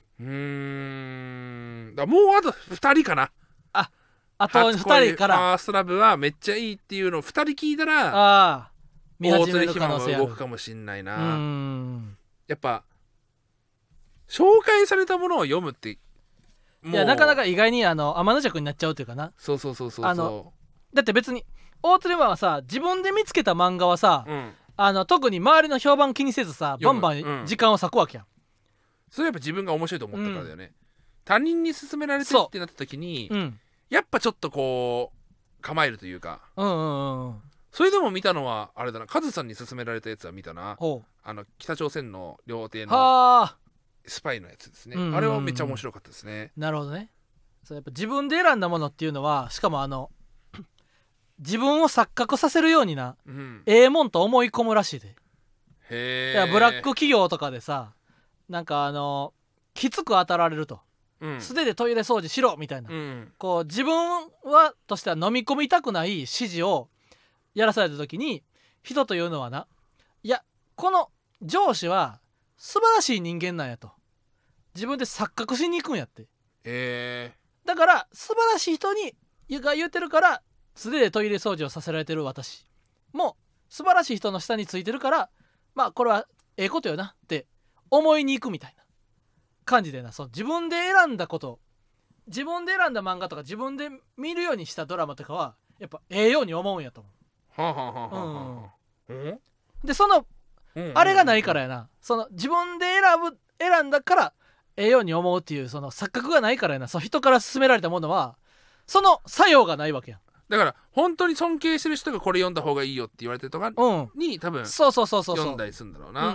だもうあと2人かな。 あと2人から初恋ファーストラブはめっちゃいいっていうのを2人聞いたらああ見大始める鶴ひまは可能性ある。 動くかもしんないな。 うんやっぱ紹介されたものを読むってもういやなかなか意外に天の弱になっちゃうというかな。 そうだって別に大鶴ひまはさ自分で見つけた漫画はさ、 うん特に周りの評判気にせずさバンバン時間を割くわけやん。 それやっぱ自分が面白いと思ったからだよね。他人に勧められてってなった時にやっぱちょっとこう構えるというか、それでも見たのはあれだな、カズさんに勧められたやつは見たな。北朝鮮の料亭のスパイのやつですね。あれはめっちゃ面白かったですね。 なるほどね。そうやっぱ自分で選んだものっていうのはしかも自分を錯覚させるようにな、ええもんと思い込むらしいで。 へえ。 ブラック企業とかでさなんかきつく当たられると、素手でトイレ掃除しろみたいな、こう自分としては飲み込みたくない指示をやらされた時に人というのはないやこの上司は素晴らしい人間なんやと自分で錯覚しに行くんやって。だから素晴らしい人が言ってるから素手でトイレ掃除をさせられてる私も素晴らしい人の下についてるからまあこれはええことよなって思いに行くみたいな感じでな、その自分で選んだこと自分で選んだ漫画とか自分で見るようにしたドラマとかはやっぱええように思うんやと思う。でそのあれがないからやな、その自分で選んだからええように思うっていうその錯覚がないからやな、その人から勧められたものはその作用がないわけやん。 だから本当に尊敬してる人がこれ読んだ方がいいよって言われてるとかに多分読んだりするんだろうな。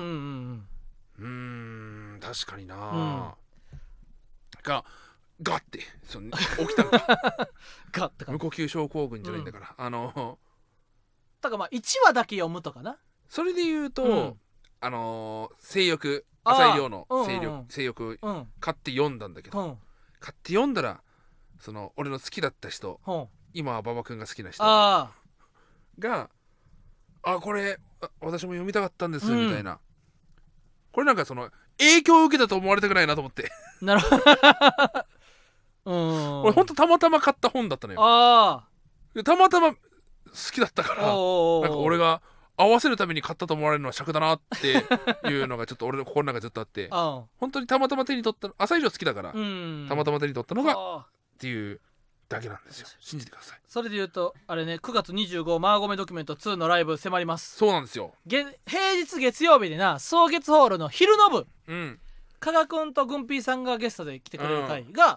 確かにな。ガッて起きたのかガッてか無呼吸症候群じゃないんだから、 だからまあ1話だけ読むとかな。 それで言うと、性欲浅井亮の性欲買って読んだんだけど、買って読んだらその俺の好きだった人、今は馬場君が好きな人がこれ私も読みたかったんですみたいな、これなんかその影響を受けたと思われたくないなと思って。 なるほど俺ほんとたまたま買った本だったのよ。たまたま好きだったからなんか俺が合わせるために買ったと思われるのは尺だなっていうのがちょっと俺の心の中でずっとあって本当にたまたま手に取った朝以上好きだからたまたま手に取ったのがっていうだけなんですよ。信じてください。 それで言うとあれね、9月25マーゴメドキュメント2のライブ迫ります。 そうなんですよ。 平日月曜日でな草月ホールの昼の部、加賀くんとグンピーさんがゲストで来てくれる回が、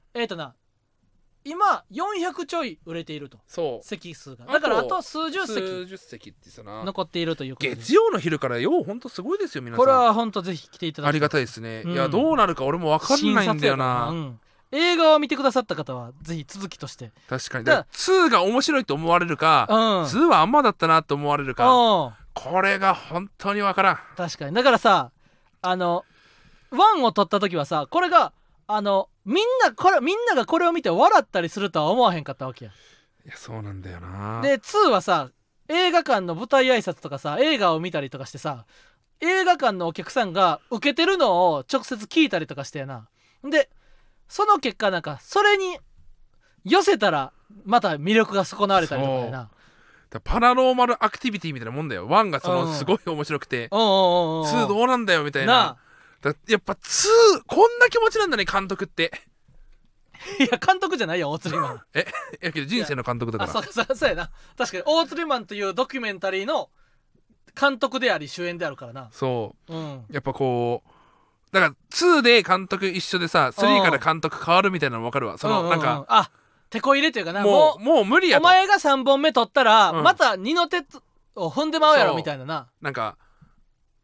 今400ちょい売れていると。席数がだからあと数十席って残っているということで、 月曜の昼からようほんとすごいですよ皆さん。 これはほんとぜひ来ていただきたい。 ありがたいですね。いやどうなるか俺も分かんないんだよな。 映画を見てくださった方はぜひ続きとして。 確かに2が面白いと思われるか、2はあんまだったなと思われるか、これが本当に分からん。 確かにだからさ1を撮った時はさこれがみんながこれを見て笑ったりするとは思わへんかったわけや。 いやそうなんだよな。 で2はさ映画館の舞台挨拶とかさ映画を見たりとかしてさ映画館のお客さんが受けてるのを直接聞いたりとかしてやな。でその結果なんかそれに寄せたらまた魅力が損なわれたりとかやな。 パラノーマルアクティビティみたいなもんだよ。1がそのすごい面白くて2どうなんだよみたいな。やっぱ2こんな気持ちなんだね監督って。 いや監督じゃないよ大釣りマン。 やけど人生の監督だから。 そうやな。確かに大釣りマンというドキュメンタリーの監督であり主演であるからな。やっぱこうだから2で監督一緒でさ3から監督変わるみたいなの分かるわ。そのなんか手こ入れというかな、もう無理やと。お前が3本目取ったらまた2の手を踏んでまうやろみたいなな。 なんか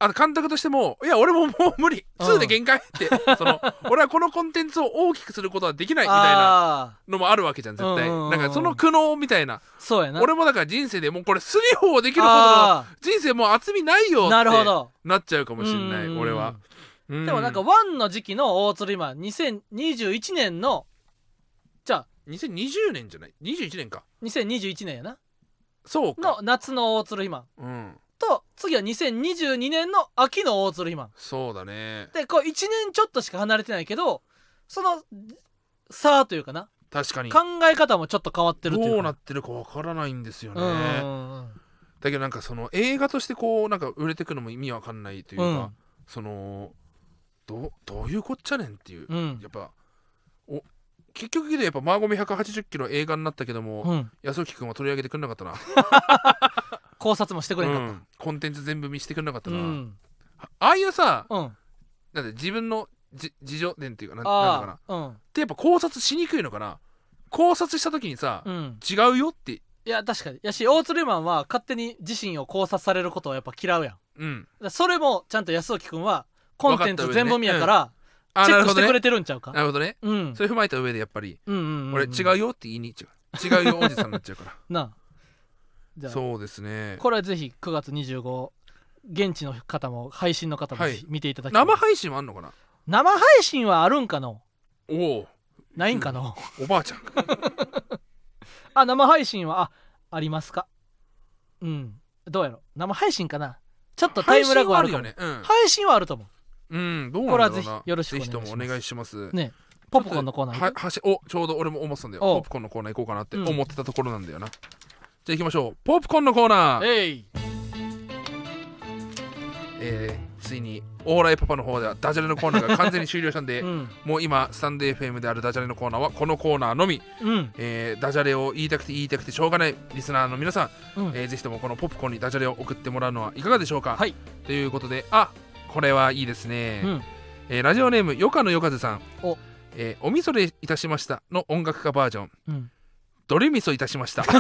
監督としてもいや俺ももう無理2で限界って俺はこのコンテンツを大きくすることはできないみたいなのもあるわけじゃん絶対、なんかその苦悩みたいな。 そうやな。 俺もだから人生でもうこれ3法できるほどの人生もう厚みないよってなっちゃうかもしれない俺は。 でもなんか1の時期の大鶴ひま2021年のじゃあ 2020年じゃない21年か 2021年やなそうかの夏の大鶴ひまと次は2022年の秋の大鶴ひま。 そうだね。 でこう1年ちょっとしか離れてないけどその差というかな、 確かに考え方もちょっと変わってるというかどうなってるかわからないんですよね。だけどなんかその映画としてこうなんか売れてくのも意味わかんないというか、そのどういうこっちゃねんっていう、やっぱ結局やっぱマーゴメ180キロ映画になったけども、安沖君は取り上げてくれなかったな考察もしてくれなかった、 コンテンツ全部見せてくれなかったな、ああいうさ、なんで自分の自助伝っていうかなんだかな、ってやっぱ考察しにくいのかな。考察した時にさ、違うよって。 いや確かにやし大鶴マンは勝手に自身を考察されることをやっぱ嫌うやん、それもちゃんと安沖君はコンテンツ全部見やから、チェックしてくれてるんちゃうか。 なるほどね、それ踏まえた上でやっぱり、俺違うよって言いに行っちゃう違うよおじさんになっちゃうからなあじゃあそうですね。 これはぜひ9月25現地の方も配信の方も見ていただき、 生配信はあんのかな。 生配信はあるんかのないんかのおばあちゃん生配信はありますか。どうやろ生配信かな。ちょっとタイムラグはあるかも。配信はあると思う。 どうなんだろうな。 これはぜひよろしくお願いします。 ぜひともお願いしますね。ポップコーンのコーナーちょうど俺も思ってたんだよ。ポップコーンのコーナー行こうかなって思ってたところなんだよな。じゃあ行きましょう。ポップコーンのコーナー。ついにオーライパパの方ではダジャレのコーナーが完全に終了したんで、もう今スタンド FM であるダジャレのコーナーはこのコーナーのみ、ダジャレを言いたくてしょうがないリスナーの皆さん、ぜひともこのポップコーンにダジャレを送ってもらうのはいかがでしょうか。ということでこれはいいですね、ラジオネームよかのよかずさん、おみそれいたしましたの音楽化バージョン、どれみそいたしました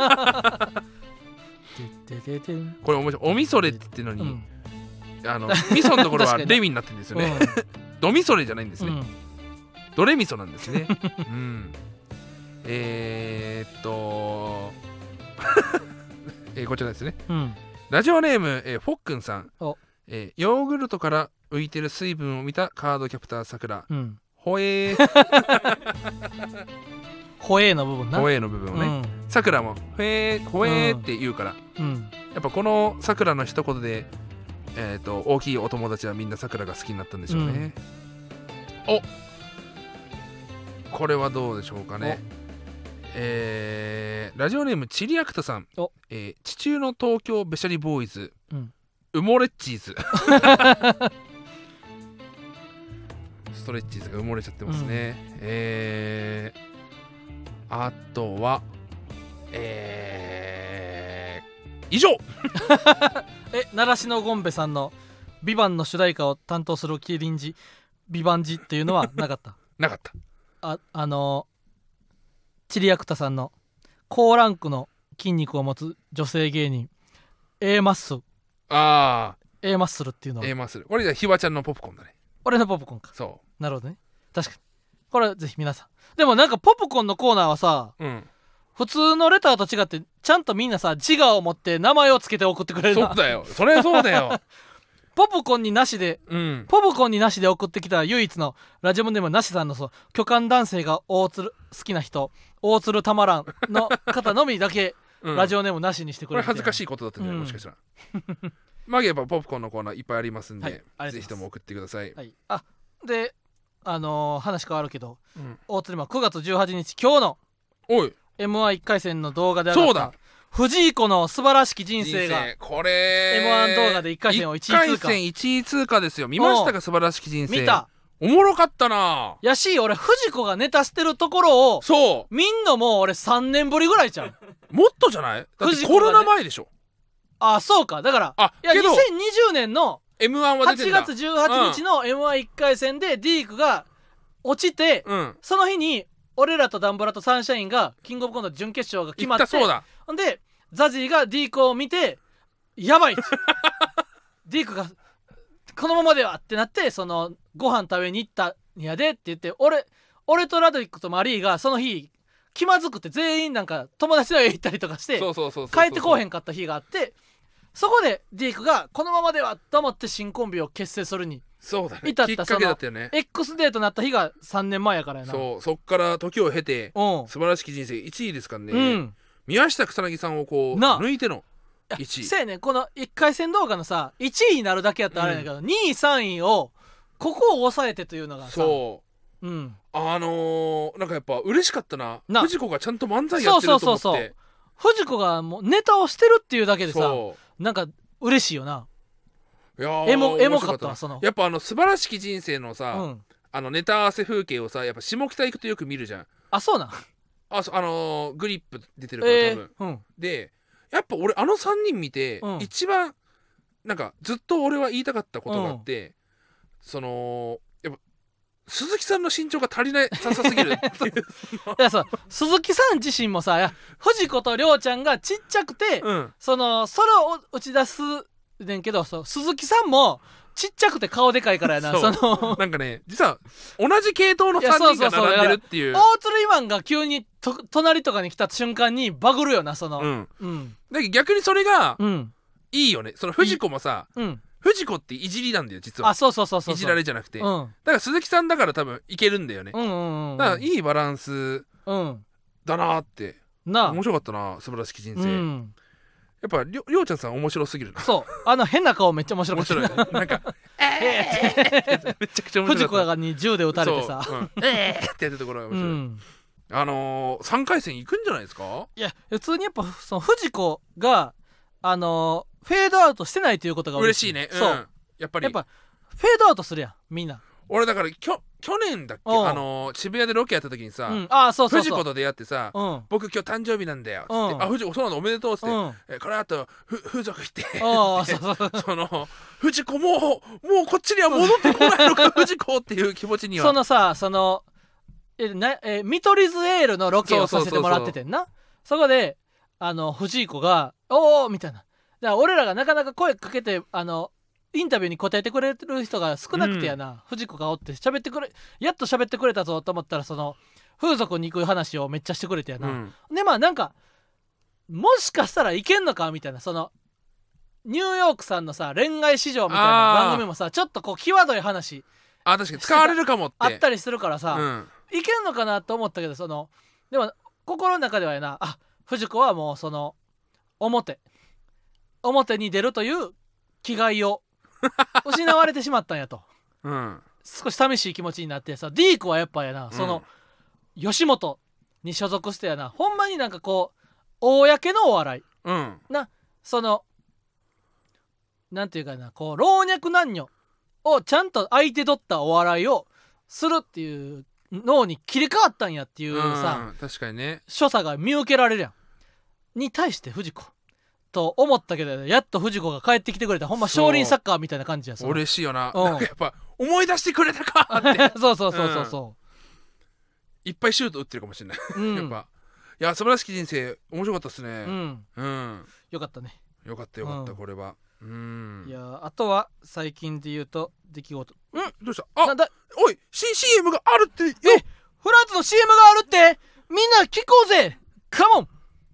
これ面白い。おみそれって言ってるのに、味噌のところはレミになってるんですよねドミソレじゃないんですね、ドレミソなんですねこちらですね、ラジオネーム、フォックンさん、ヨーグルトから浮いてる水分を見たカードキャプターさくら、ほえーほえーの部分な、 ほえーの部分をね、さくらもほえーって言うから、やっぱこのさくらの一言で大きいお友達はみんなさくらが好きになったんでしょうね、これはどうでしょうかね。ラジオネームチリアクタさん、地中の東京べしゃりボーイズ、ウモレッチーズストレッチーズが埋もれちゃってますね、あとは以上習志野ゴンベさんのビバンの主題歌を担当するキリンジビバンジっていうのはなかったなかった。 チリアクタさんの高ランクの筋肉を持つ女性芸人 A マッスルA マッスルっていうのは A マッスル、これじゃひわちゃんのポップコーンだね。 俺のポップコーンか。 そうなるほどね。確かにこれはぜひ皆さん。でもなんかポップコーンのコーナーはさ、普通のレターと違ってちゃんとみんなさ自我を持って名前をつけて送ってくれるな。 そうだよ、それはそうだよポップコーンになしで、ポップコーンになしで送ってきた唯一のラジオネームなしさんの巨漢男性が大鶴好きな人大鶴たまらんの方のみだけラジオネームなしにしてくれる。 これ恥ずかしいことだったんじゃない、もしかしたらマギやっぱポップコーンのコーナーいっぱいありますんで、ぜひとも送ってください。 で話変わるけど、大鶴マン9月18日今日の M11 回戦の動画で上がった藤井子の素晴らしき人生がこれ M1 動画で1回戦を1位通過。 1回戦1位通過ですよ。見ましたか？素晴らしき人生見た。 おもろかったな。 やし俺藤子がネタしてるところを見んのも俺3年ぶりぐらいちゃうもっとじゃない？だってコロナ前でしょ。 そうか。だからいや2020年の M1 は出てんだ。 8月18日の M11 回戦でディークが落ちて、その日に俺らとダンブラとサンシャインがキングオブコント準決勝が決まって、ほんでザジーがディークを見てやばいってディークがこのままではってなって、そのご飯食べに行ったんやでって言って、俺とラドリックとマリーがその日気まずくて全員なんか友達の家行ったりとかして帰ってこうへんかった日があって、そこでディークがこのままではと思って新コンビを結成するにそうだね、 至ったきっかけだったよね。 X デーとなった日が3年前やからやな。 そっから時を経て素晴らしき人生1位ですからね、宮下草薙さんをこう抜いての1位。 せやね、この1回戦動画のさ1位になるだけやったらあれだけど、2位3位をここを抑えてというのがさ、なんかやっぱ嬉しかったな。藤子がちゃんと漫才やってると思って。そう藤子がもうネタをしてるっていうだけでさ、なんか嬉しいよな。 いやエモかったわ。 やっぱ素晴らしき人生のさ、ネタ合わせ風景をさ、やっぱ下北行くとよく見るじゃん。 あ、そうなん。 グリップ出てるから多分、でやっぱ俺3人見て、一番なんかずっと俺は言いたかったことがあって、やっぱ鈴木さんの身長が足りないさすぎるっていういやさ、鈴木さん自身もさ、藤子と亮ちゃんがちっちゃくて、それを打ち出すねんけど、鈴木さんもちっちゃくて顔でかいからやな。 なんかね、実は同じ系統の3人が並んでるっていう。 大鶴イマンが急に隣とかに来た瞬間にバグるよな。だけど逆にそれがいいよね。藤子もさ、藤子っていじりなんだよ実は。いじられじゃなくて、だから鈴木さんだから多分いけるんだよね。だからいいバランスだなって。面白かったな、素晴らしき人生。やっぱりょうちゃんさん面白すぎるな。 変な顔めっちゃ面白かった。 面白いね。なんかめちゃくちゃ面白かった。 藤子に銃で撃たれてさってやってるところが面白い。3回戦行くんじゃないですか。 いや普通にやっぱ藤子がフェードアウトしてないということが嬉しいね。やっぱフェードアウトするやんみんな。 俺だから去年だっけ、渋谷でロケやった時にさ、藤子と出会ってさ、僕今日誕生日なんだよっつって、藤子そうなのおめでとうっつって、この後風俗行って藤子もうこっちには戻ってこないのか藤子っていう気持ちには見取り図エールのロケをさせてもらっててんな。そこで藤子がおーみたいな、だから俺らがなかなか声かけてインタビューに答えてくれる人が少なくてやな、藤子がおってやっと喋ってくれたぞと思ったら風俗に行く話をめっちゃしてくれてやな、でなんかもしかしたらいけんのかみたいな、ニューヨークさんのさ恋愛市場みたいな番組もさちょっと際どい話確かに使われるかもってあったりするからさ、いけんのかなと思ったけどでも心の中ではやな、藤子はもう表に出るという気概を失われてしまったんやと、少し寂しい気持ちになってさ、ディークはやっぱやな、吉本に所属してやな、ほんまになんか公のお笑い、なんていうかな、老若男女をちゃんと相手取ったお笑いをするっていう脳に切り替わったんやっていうさ、 確かにね、 所作が見受けられるやん。に対して藤子と思ったけど、やっと藤子が帰ってきてくれた。ほんま少林サッカーみたいな感じや。 嬉しいよな。なんかやっぱ思い出してくれたかってそういっぱいシュート打ってるかもしれない、やっぱ。いや素晴らしき人生面白かったっすね。 よかったね。 よかったこれは。 いやあとは最近で言うと出来事。 どうした。おい新 CM があるって。 フランツの CM があるって、みんな聞こうぜ。カモン。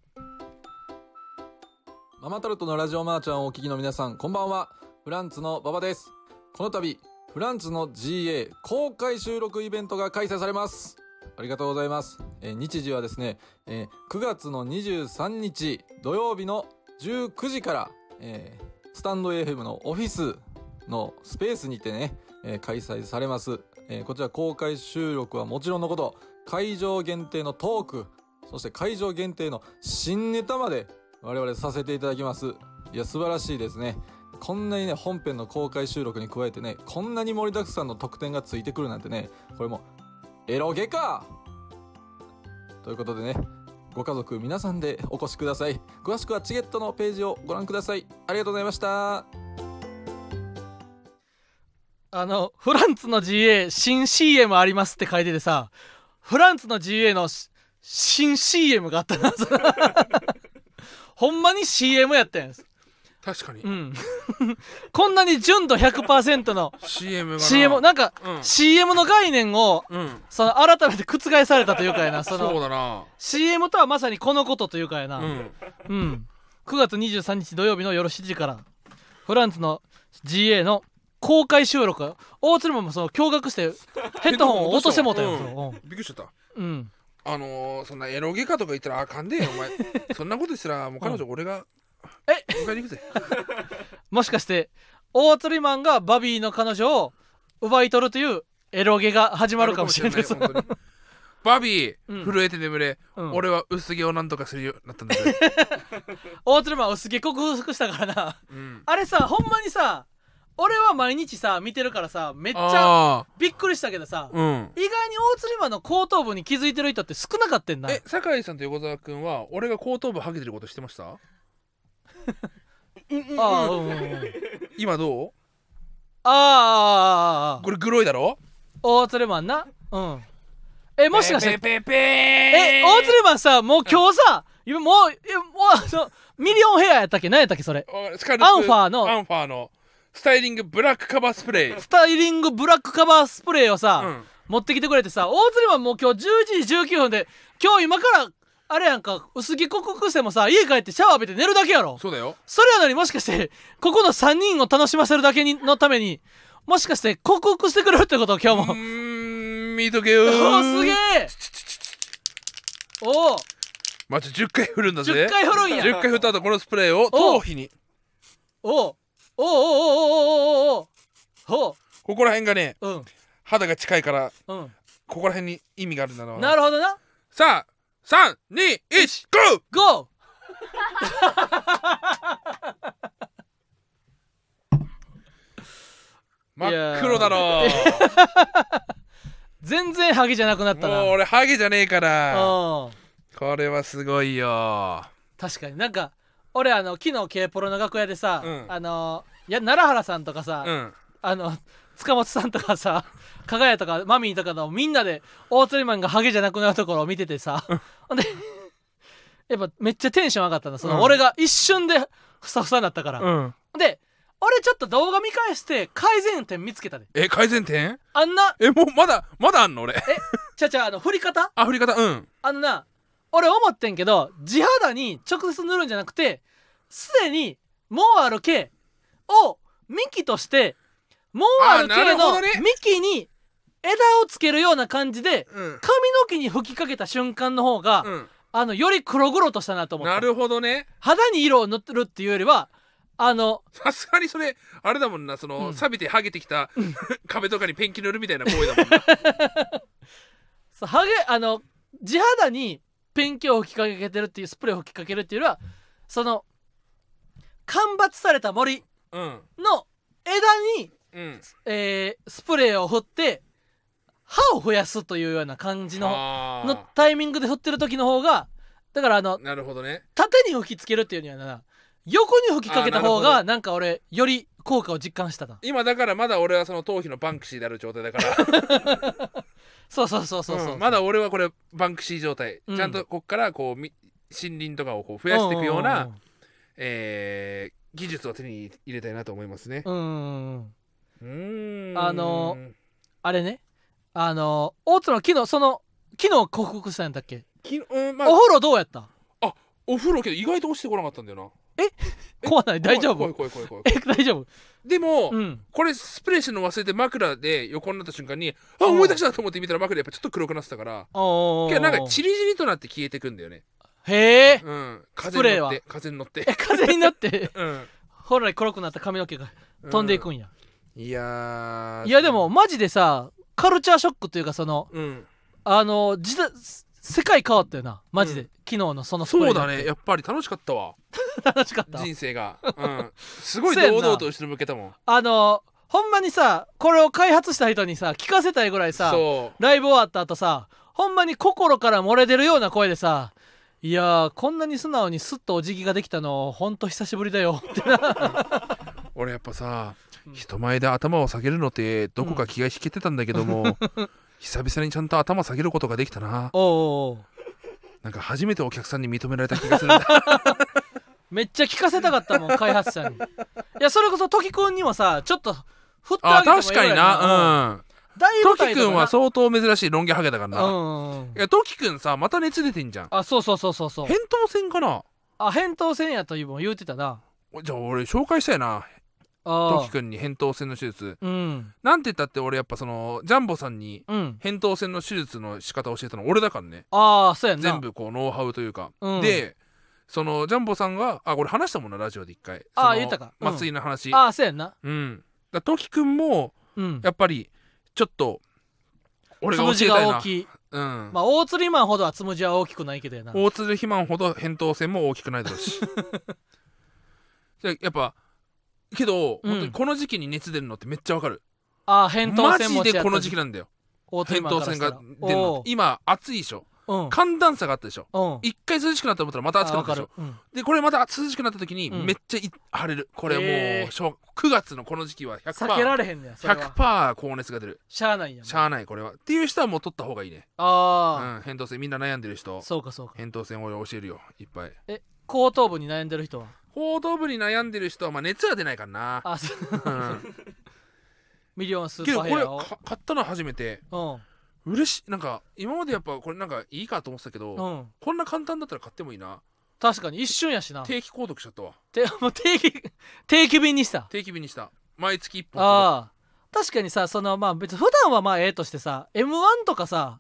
ママタルトのラジオマーちゃんをお聞きの皆さん、こんばんは。フランツの馬場です。この度フランツの GA 公開収録イベントが開催されます。ありがとうございます。日時はですね、9月の23日土曜日の19時から、スタンド FM のオフィスのスペースにてね、開催されます。こちら公開収録はもちろんのこと、会場限定のトーク、そして会場限定の新ネタまで我々させていただきます。いや素晴らしいですね。こんなにね本編の公開収録に加えてね、こんなに盛りだくさんの特典がついてくるなんてね、これもエロゲかということでね、ご家族皆さんでお越しください。詳しくはチゲットのページをご覧ください。ありがとうございました。 フランツの GA 新 CM ありますって書いててさ、フランツの GA の新 CM があったなほんまに CM やったんです。 確かに、 うん、こんなに純度 100% の CM なんか、うん、CM の概念を、うん、その改めて覆されたというかやな、そのそうだな CM とはまさにこのことというかやな、うんうん、9月23日土曜日の夜7時からフランツの GA の公開収録、大鶴もその驚愕してヘッドホンを落としてもうたよ、 うん、びっくりしちゃった、 うん、 そんなエロゲかとか言ったらあかんでお前そんなことしたらもう彼女俺が迎えに行くぜもしかして大釣りマンがバビーの彼女を奪い取るというエロゲが始まるかもしれないです。 バビー、うん、震えて眠れ、うん、俺は薄毛をなんとかするようになったんだぜ大鶴マン薄毛克服したからな、うん、あれさほんまにさ俺は毎日さ見てるからさめっちゃびっくりしたけどさ、うん、意外に大釣りマンの後頭部に気づいてる人って少なかったんだ。 酒井さんと横澤君は俺が後頭部ハゲてること知ってました今どう？ ああこれグロいだろ？ 大鶴マンな。うん。もしかして大鶴マンさもう今日さもうミリオンヘアやったっけ？何やったっけそれ？アンファーのスタイリングブラックカバースプレー。スタイリングブラックカバースプレーをさ、うん、持ってきてくれてさ、大鶴マンもう今日11時19分で今日今からあれやんか、薄着克服してもさ家帰ってシャワー浴びて寝るだけやろ。 そうだよ。 それやのにもしかしてここの3人を楽しませるだけのためにもしかして克服してくれるってこと？今日も見とけよー。すげえ。おおまず10回振るんだぜ。 10回振るんや。 10回振った後このスプレーを頭皮におここら辺がね、 うん、 肌が近いから、 うん、 ここら辺に意味があるんだな。 なるほどな。 さあ3、2、1、 ゴー真っ黒だろ全然ハゲじゃなくなったな。 もう俺ハゲじゃねえからこれはすごいよ。 確かになんか俺昨日 K プロの楽屋でさ、うん、奈良原さんとかさ、うん、塚本さんとかさかがやとかマミーとかのみんなで大釣りマンがハゲじゃなくなるところを見ててさほんでやっぱめっちゃテンション上がったの。その、俺が一瞬でふさふさになったから、うん、で俺ちょっと動画見返して改善点見つけたで。 改善点？ あんなもうまだあんの俺。 振り方？ 振り方うん俺思ってんけど地肌に直接塗るんじゃなくてすでにもうある毛を幹としてもうある毛の幹に枝をつけるような感じで、髪の毛に吹きかけた瞬間の方が、より黒々としたなと思った。 なるほどね。 肌に色を塗ってるっていうよりはさすがにそれあれだもんな、錆びて剥げてきた壁とかにペンキ塗るみたいな行為だもんなそう地肌にペンキを吹きかけてるっていうスプレーを吹きかけるっていうよりはその間伐された森の枝に、スプレーを振って歯を増やすというような感じのタイミングで振ってる時の方がだからなるほどね。 縦に吹きつけるっていうにはな横に吹きかけた方がなんか俺より効果を実感したな。 今だからまだ俺はその頭皮のバンクシーである状態だからそう、 まだ俺はこれバンクシー状態、ちゃんとこっからこう森林とかをこう増やしていくような技術を手に入れたいなと思いますね。 あれね大津の昨日克服したんだっけ？お風呂どうやった？ お風呂けど意外と落ちてこなかったんだよな。 怖ない？大丈夫？ 怖い大丈夫？ でも、これスプレーするの忘れて枕で横になった瞬間に思い出したと思って見たら枕やっぱちょっと黒くなってたからけどなんかチリチリとなって消えてくんだよね。 へえ、 風に乗って風に乗って本来黒くなった髪の毛が飛んでいくんや。 いやでもマジでさカルチャーショックというか世界変わったよなマジで、昨日のそのスプレー。 そうだね、やっぱり楽しかったわ楽しかった人生が、すごい堂々と後ろ向けたもん。 ほんまにさこれを開発した人にさ聞かせたいぐらいさライブ終わった後さほんまに心から漏れ出るような声でさいやこんなに素直にスッとお辞儀ができたのほんと久しぶりだよって俺やっぱさ、人前で頭を下げるのってどこか気が引けてたんだけども、久々にちゃんと頭下げることができたな。なんか初めてお客さんに認められた気がするんだめっちゃ聞かせたかったもん開発者に。いやそれこそ時くんにもさちょっと振ってあげてもいい確かにな。トキくんは相当珍しいロン毛ハゲだからな。いやトキくんさまた熱出てんじゃん。 そう扁桃腺かな。 扁桃腺やとも言うてたな。 じゃあ俺紹介したいなトキくんに扁桃腺の手術。なんて言ったって俺やっぱそのジャンボさんに扁桃腺の手術の仕方を教えたの俺だからね。 そうやんな。 全部こうノウハウというか、でそのジャンボさんがこれ話したもんなラジオで一回。 言ったか。 麻酔の話。 そうやんな。 だトキくんもやっぱりちょっと俺が教えたいな。つむじが大きい。大鶴肥満ほどはつむじは大きくないけどやな。大鶴肥満ほど扁桃腺も大きくないだろうしやっぱけど、本当にこの時期に熱出るのってめっちゃわかる。 扁桃腺マジでこの時期なんだよ。扁桃腺が出るの。今暑いでしょ。寒暖差があったでしょ。一回涼しくなったと思ったらまた暑くなったでしょ。でこれまた涼しくなった時にめっちゃ腫れる。これもう9月のこの時期は 100% 避けられへんねや。 100% 高熱が出る。 しゃあないやん。 しゃあないこれはっていう人はもう取った方がいいね。扁桃腺みんな悩んでる人。そうか扁桃腺俺教えるよいっぱい。 後頭部に悩んでる人は。 後頭部に悩んでる人は熱は出ないからな。 ミリオンスーパーヘアをこれ買ったの初めて。嬉しい。なんか今までやっぱこれなんかいいかと思ってたけど、こんな簡単だったら買ってもいいな。 確かに一瞬やしな。 定期購読しちゃったわ。 定期便にした。 毎月1本。 確かにさその別に普段はとしてさ M1 とかさ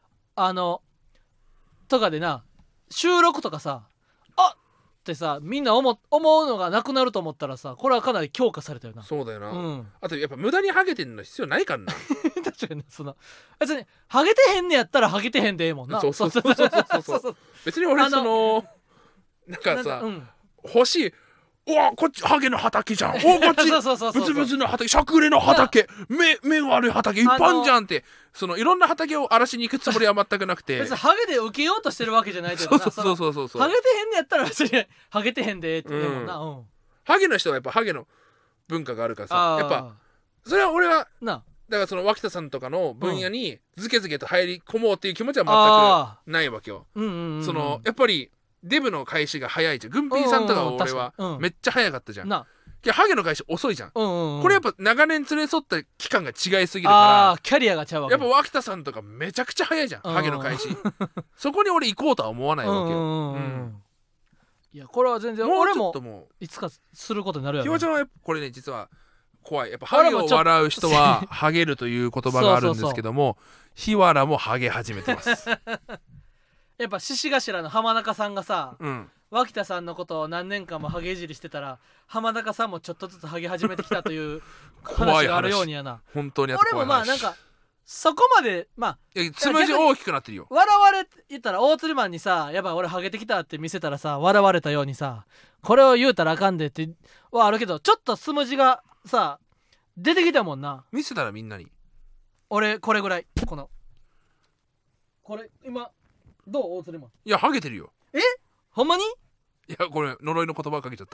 とかでな収録とかさってさみんな思うのがなくなると思ったらさこれはかなり強化されたよな。 そうだよな。あとやっぱ無駄にハゲてんの必要ないからな。 確かに別にハゲてへんねやったらハゲてへんでええもんな。 そう別に俺なんかさ欲しい。うわこっちハゲの畑じゃん。こっちブツブツの畑しゃくれの畑目悪い畑いっぱいあんじゃんって。いろんな畑を荒らしに行くつもりは全くなくて。 別にハゲで受けようとしてるわけじゃないけどな。ハゲてへんねやったら別にハゲてへんでって言うもんな。 ハゲの人はやっぱハゲの文化があるからさやっぱそれは俺はだからその脇田さんとかの分野にズケズケと入り込もうっていう気持ちは全くないわけよ。やっぱりデブの開始が早いじゃん。軍品さんとか俺はめっちゃ早かったじゃん。ハゲの開始遅いじゃん。これやっぱ長年連れ添った期間が違いすぎるからキャリアがちゃうわけ。 やっぱ脇田さんとかめちゃくちゃ早いじゃんハゲの開始。そこに俺行こうとは思わないわけよ。 いやこれは全然俺もいつかすることになるやろ。 ひわちゃんはこれね実は怖い。やっぱハゲを笑う人はハゲるという言葉があるんですけども日原もハゲ始めてます。 やっぱ獅子頭の浜中さんがさ、脇田さんのことを何年間もハゲいじりしてたら浜中さんもちょっとずつハゲ始めてきたという話があるようにやな。 本当にあった怖い話。 俺もなんかそこまでつむじ大きくなってるよ。 笑われ言ったら大釣りマンにさやっぱ俺ハゲてきたって見せたらさ笑われたようにさこれを言うたらあかんでってはあるけどちょっとつむじがさ出てきたもんな。 見せたらみんなに。 俺これぐらいこれ今どう大鶴マン。 いやハゲてるよ。 ほんまに。 いやこれ呪いの言葉をかけちゃった。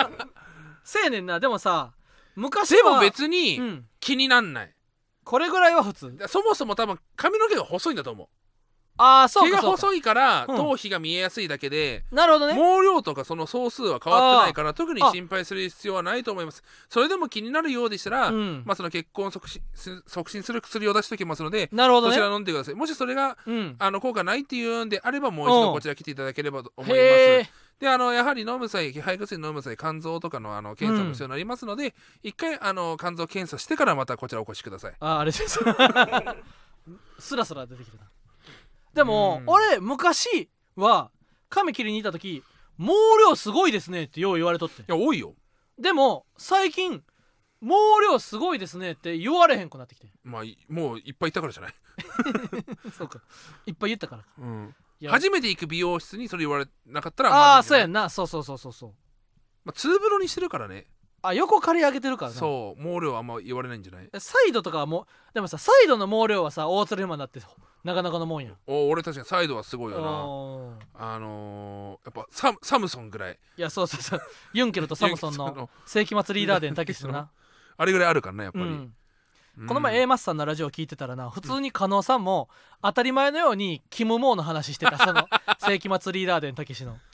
せやねんな。でもさ昔はでも別に気になんない。 これぐらいは普通。 そもそも多分髪の毛が細いんだと思う。 そうか毛が細いから頭皮が見えやすいだけで、 なるほどね。 毛量とかその総数は変わってないから特に心配する必要はないと思います。それでも気になるようでしたら、その結婚を促進する薬を出しておきますので、 なるほどね、 そちら飲んでください。もしそれが、効果ないっていうんであればもう一度こちら来ていただければと思います。でやはり飲む際肺薬飲む際肝臓とかの検査も必要になりますので、一回肝臓検査してからまたこちらお越しください。 あれですスラスラ出てきてた。でも俺昔は髪切りに行った時毛量すごいですねってよう言われとって。いや多いよ。 でも最近毛量すごいですねって言われへんくなってきて。 もういっぱいいたからじゃない。 そうかいっぱい言ったから、 初めて行く美容室にそれ言われなかったらそうやんな。そうツーブロにしてるからね。 横刈り上げてるからな。 そう毛量あんま言われないんじゃない。 サイドとかはもうでもさサイドの毛量はさ大鶴ひまだってなかなかのもんや。 俺確かにサイドはすごいよな。やっぱサムソンぐらい。 いやそうユンケルとサムソンの世紀末リーダー伝たけしのなあれぐらいあるからねやっぱり、 この前 A マスさんのラジオ聞いてたらな普通に加納さんも当たり前のようにキム・モーの話してたその世紀末リーダー伝たけしの。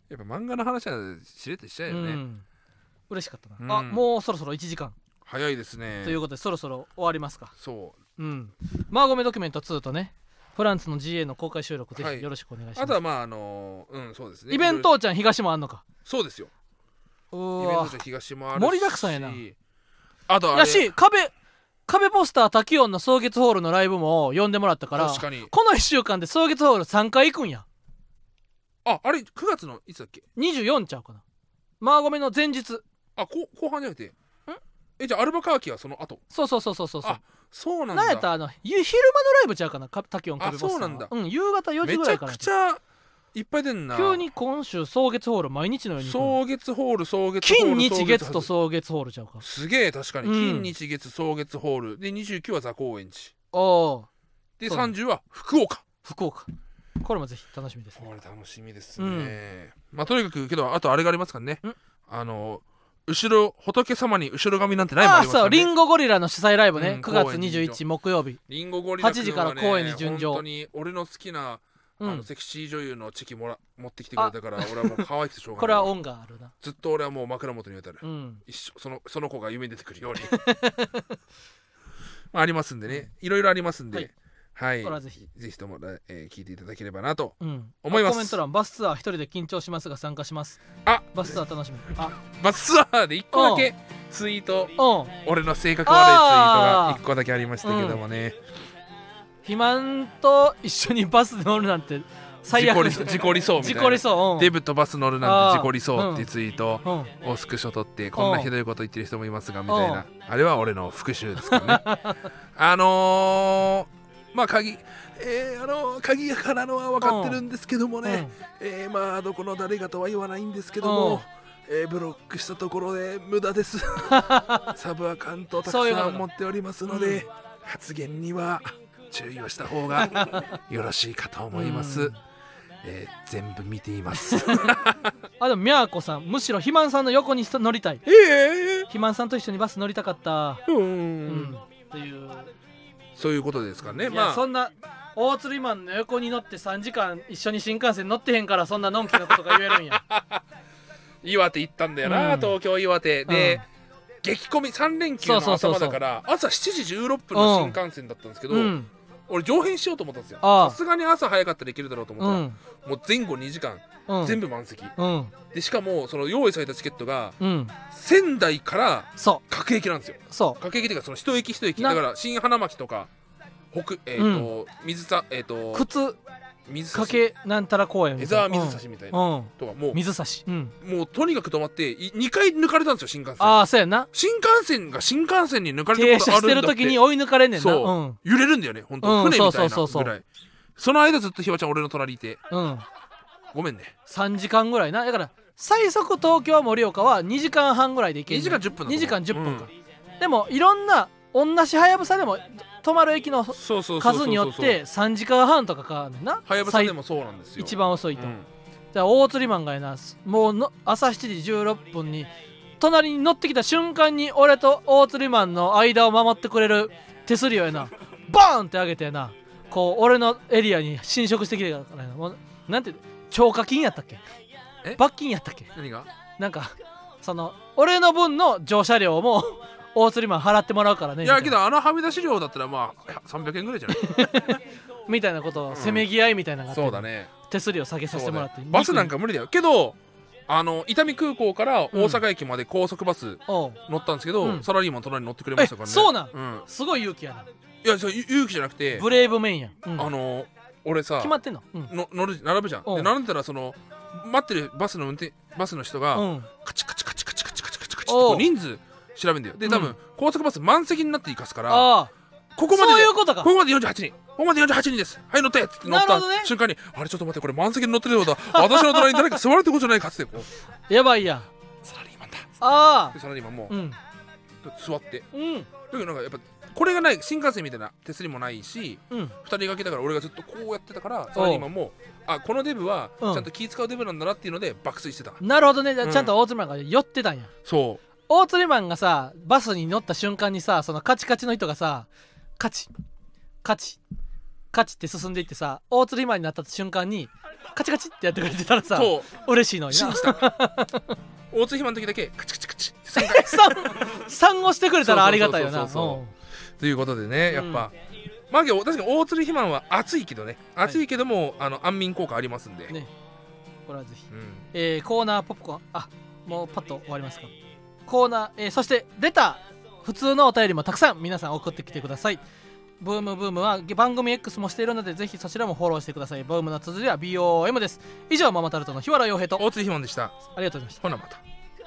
やっぱ漫画の話はしれっとしちゃうよね、 嬉しかったな、もうそろそろ1時間早いですね。 ということでそろそろ終わりますか。 そうマーゴメドキュメント2とねフランツの GA の公開収録ぜひよろしくお願いします。 あとはまあそうですね、 イベントちゃん東もあんのか。 そうですよ、イベントちゃん東もあるし盛りだくさんやな。 あとあれやし壁ポスタータキオンの草月ホールのライブも呼んでもらったから、 確かにこの1週間で草月ホール3回行くんや。 あれ9月のいつだっけ。 24ちゃうかな。マーゴメの前日。 後半じゃなくてじゃあアルバカーキはその後。 そうあ、そうなんだ。 なんやった昼間のライブちゃうかな、タキオン壁ポスター。 そうなんだ。 夕方4時ぐらいから。 めちゃくちゃいっぱい出んな。 急に今週草月ホール毎日のように草月ホール金日月と草月ホールちゃうか。 すげえ確かに、金日月草月ホールで29はザ高円寺で30は福岡。 これもぜひ楽しみですね。 これ楽しみですね、まあとにかくけどあとあれがありますからね、後ろ仏様に後ろ髪なんてないもんありますからね。 そうリンゴゴリラの主催ライブね、9月21日木曜日リンゴゴリラ 8時から公園に順調。 本当に俺の好きなセクシー女優のチェキ持ってきてくれたから俺はもう可愛くてしょうがない。 これは恩があるな。 ずっと俺はもう枕元に置いてある、一緒その子が夢に出てくるようにありますんでね、いろいろありますんで、はい、 これはぜひとも、聞いていただければなと思います。 コメント欄バスツアー一人で緊張しますが参加します。バスツアー楽しみ。 バスツアーで1個だけツイート、俺の性格悪いツイートが1個だけありましたけどもね、 肥満と一緒にバス乗るなんて最悪。 自己理想みたいな、デブとバス乗るなんて自己理想っていうツイートをスクショ取って、こんなひどいこと言ってる人もいますがみたいな、あれは俺の復讐ですからねまあ鍵やからのは分かってるんですけどもね、まあどこの誰がとは言わないんですけども、ブロックしたところで無駄ですサブアカウントたくさん持っておりますので、発言には注意をした方がよろしいかと思います、全部見ていますでもみやこさん、むしろ肥満さんの横に乗りたい。肥満さんと一緒にバス乗りたかったっていうそういうことですかね。 そんな大鶴肥満の横に乗って3時間一緒に新幹線乗ってへんからそんなのんきなことが言えるんや岩手行ったんだよな、東京岩手で、激混み3連休の頭だから朝7時16分の新幹線だったんですけど、俺上辺しようと思ったんですよ。さすがに朝早かったらいけるだろうと思ったら、もう前後2時間全部満席で、しかもその用意されたチケットが仙台から各駅なんですよ。各駅っていうかその一駅一駅だから、新花巻とか水さ靴かけなんたら公園江沢水差みたいなとか、もう水差し、 もうとにかく止まって2回抜かれたんですよ新幹線。 そうやな。 新幹線が新幹線に抜かれたことあるんだって。停車してる時に追い抜かれんねんな。 揺れるんだよね本当、船みたいなぐらい。その間ずっとひわちゃん俺の隣いて、ごめんね。 3時間ぐらいな。だから最速東京盛岡は2時間半ぐらいで行ける。 2時間10分だ。 2時間10分か。でもいろんな同じはやぶさでも止まる駅の数によって3時間半とかかかるねんな。 はやぶさでもそうなんですよ、 一番遅いと。じゃあ大釣りマンがやな、もう朝7時16分に隣に乗ってきた瞬間に俺と大釣りマンの間を守ってくれる手すりをやなバーンって上げてやな、こう俺のエリアに侵食してきてからやな。もうなんて超過金やったっけ、罰金やったっけ、 何がなんかその俺の分の乗車料も大釣りマン払ってもらうからね。 いやけどはみ出し料だったらまあ300円ぐらいじゃないみたいなことをせめぎ合いみたいなのがあって、 そうだね、 手すりを下げさせてもらって、 バスなんか無理だよ。けど伊丹空港から大阪駅まで高速バス乗ったんですけど、サラリーマン隣に乗ってくれましたからね。 そうなん、すごい勇気やな。 いやそう勇気じゃなくてブレイブメンや、 俺さ決まってんの、 並ぶじゃん。で並んでたらその待ってるバスの人がカチカチカチカチカチカチカチカチって人数調べるんだよ。で多分高速バス満席になっていかすから、ここまで48人、ここまで48人です、はい乗ってって乗った瞬間に、あれちょっと待って、これ満席に乗ってるようだ、私の隣に誰か座るってことじゃないかっつってこうやばいやサラリーマンだでサラリーマンも座って、だけどなんかやっぱこれがない、新幹線みたいな手すりもないし、2人掛けだから俺がずっとこうやってたから、サラリーマンもこのデブはちゃんと気使うデブなんだなっていうので爆睡してた。 なるほどね、ちゃんと大釣りマンが寄ってたんや。 そう大釣りマンがさバスに乗った瞬間にさ、そのカチカチの人がさカチカチカチって進んでいってさ、大釣りマンになった瞬間にカチカチってやってくれてたらさそう嬉しいのにな。 信じた大津ひまの時だけカチカチカチって 3をしてくれたらありがたいよな。 ということでね、やっぱまあ確かに大鶴ひまんは熱いけどね、熱いけども安眠効果ありますんでね。 これはぜひ、コーナーポップコーンもうパッと終わりますか。コーナー、そしてレター普通のお便りもたくさん皆さん送ってきてください。ブームブームは番組 X もしているのでぜひそちらもフォローしてください。ブームの綴りは BOM です。以上ママタルトの日原洋平と大津ひまんでした。 ありがとうございました。 ほなまた。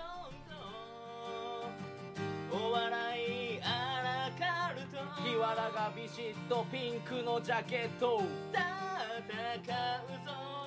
日原がビシッとピンクのジャケット戦うぞ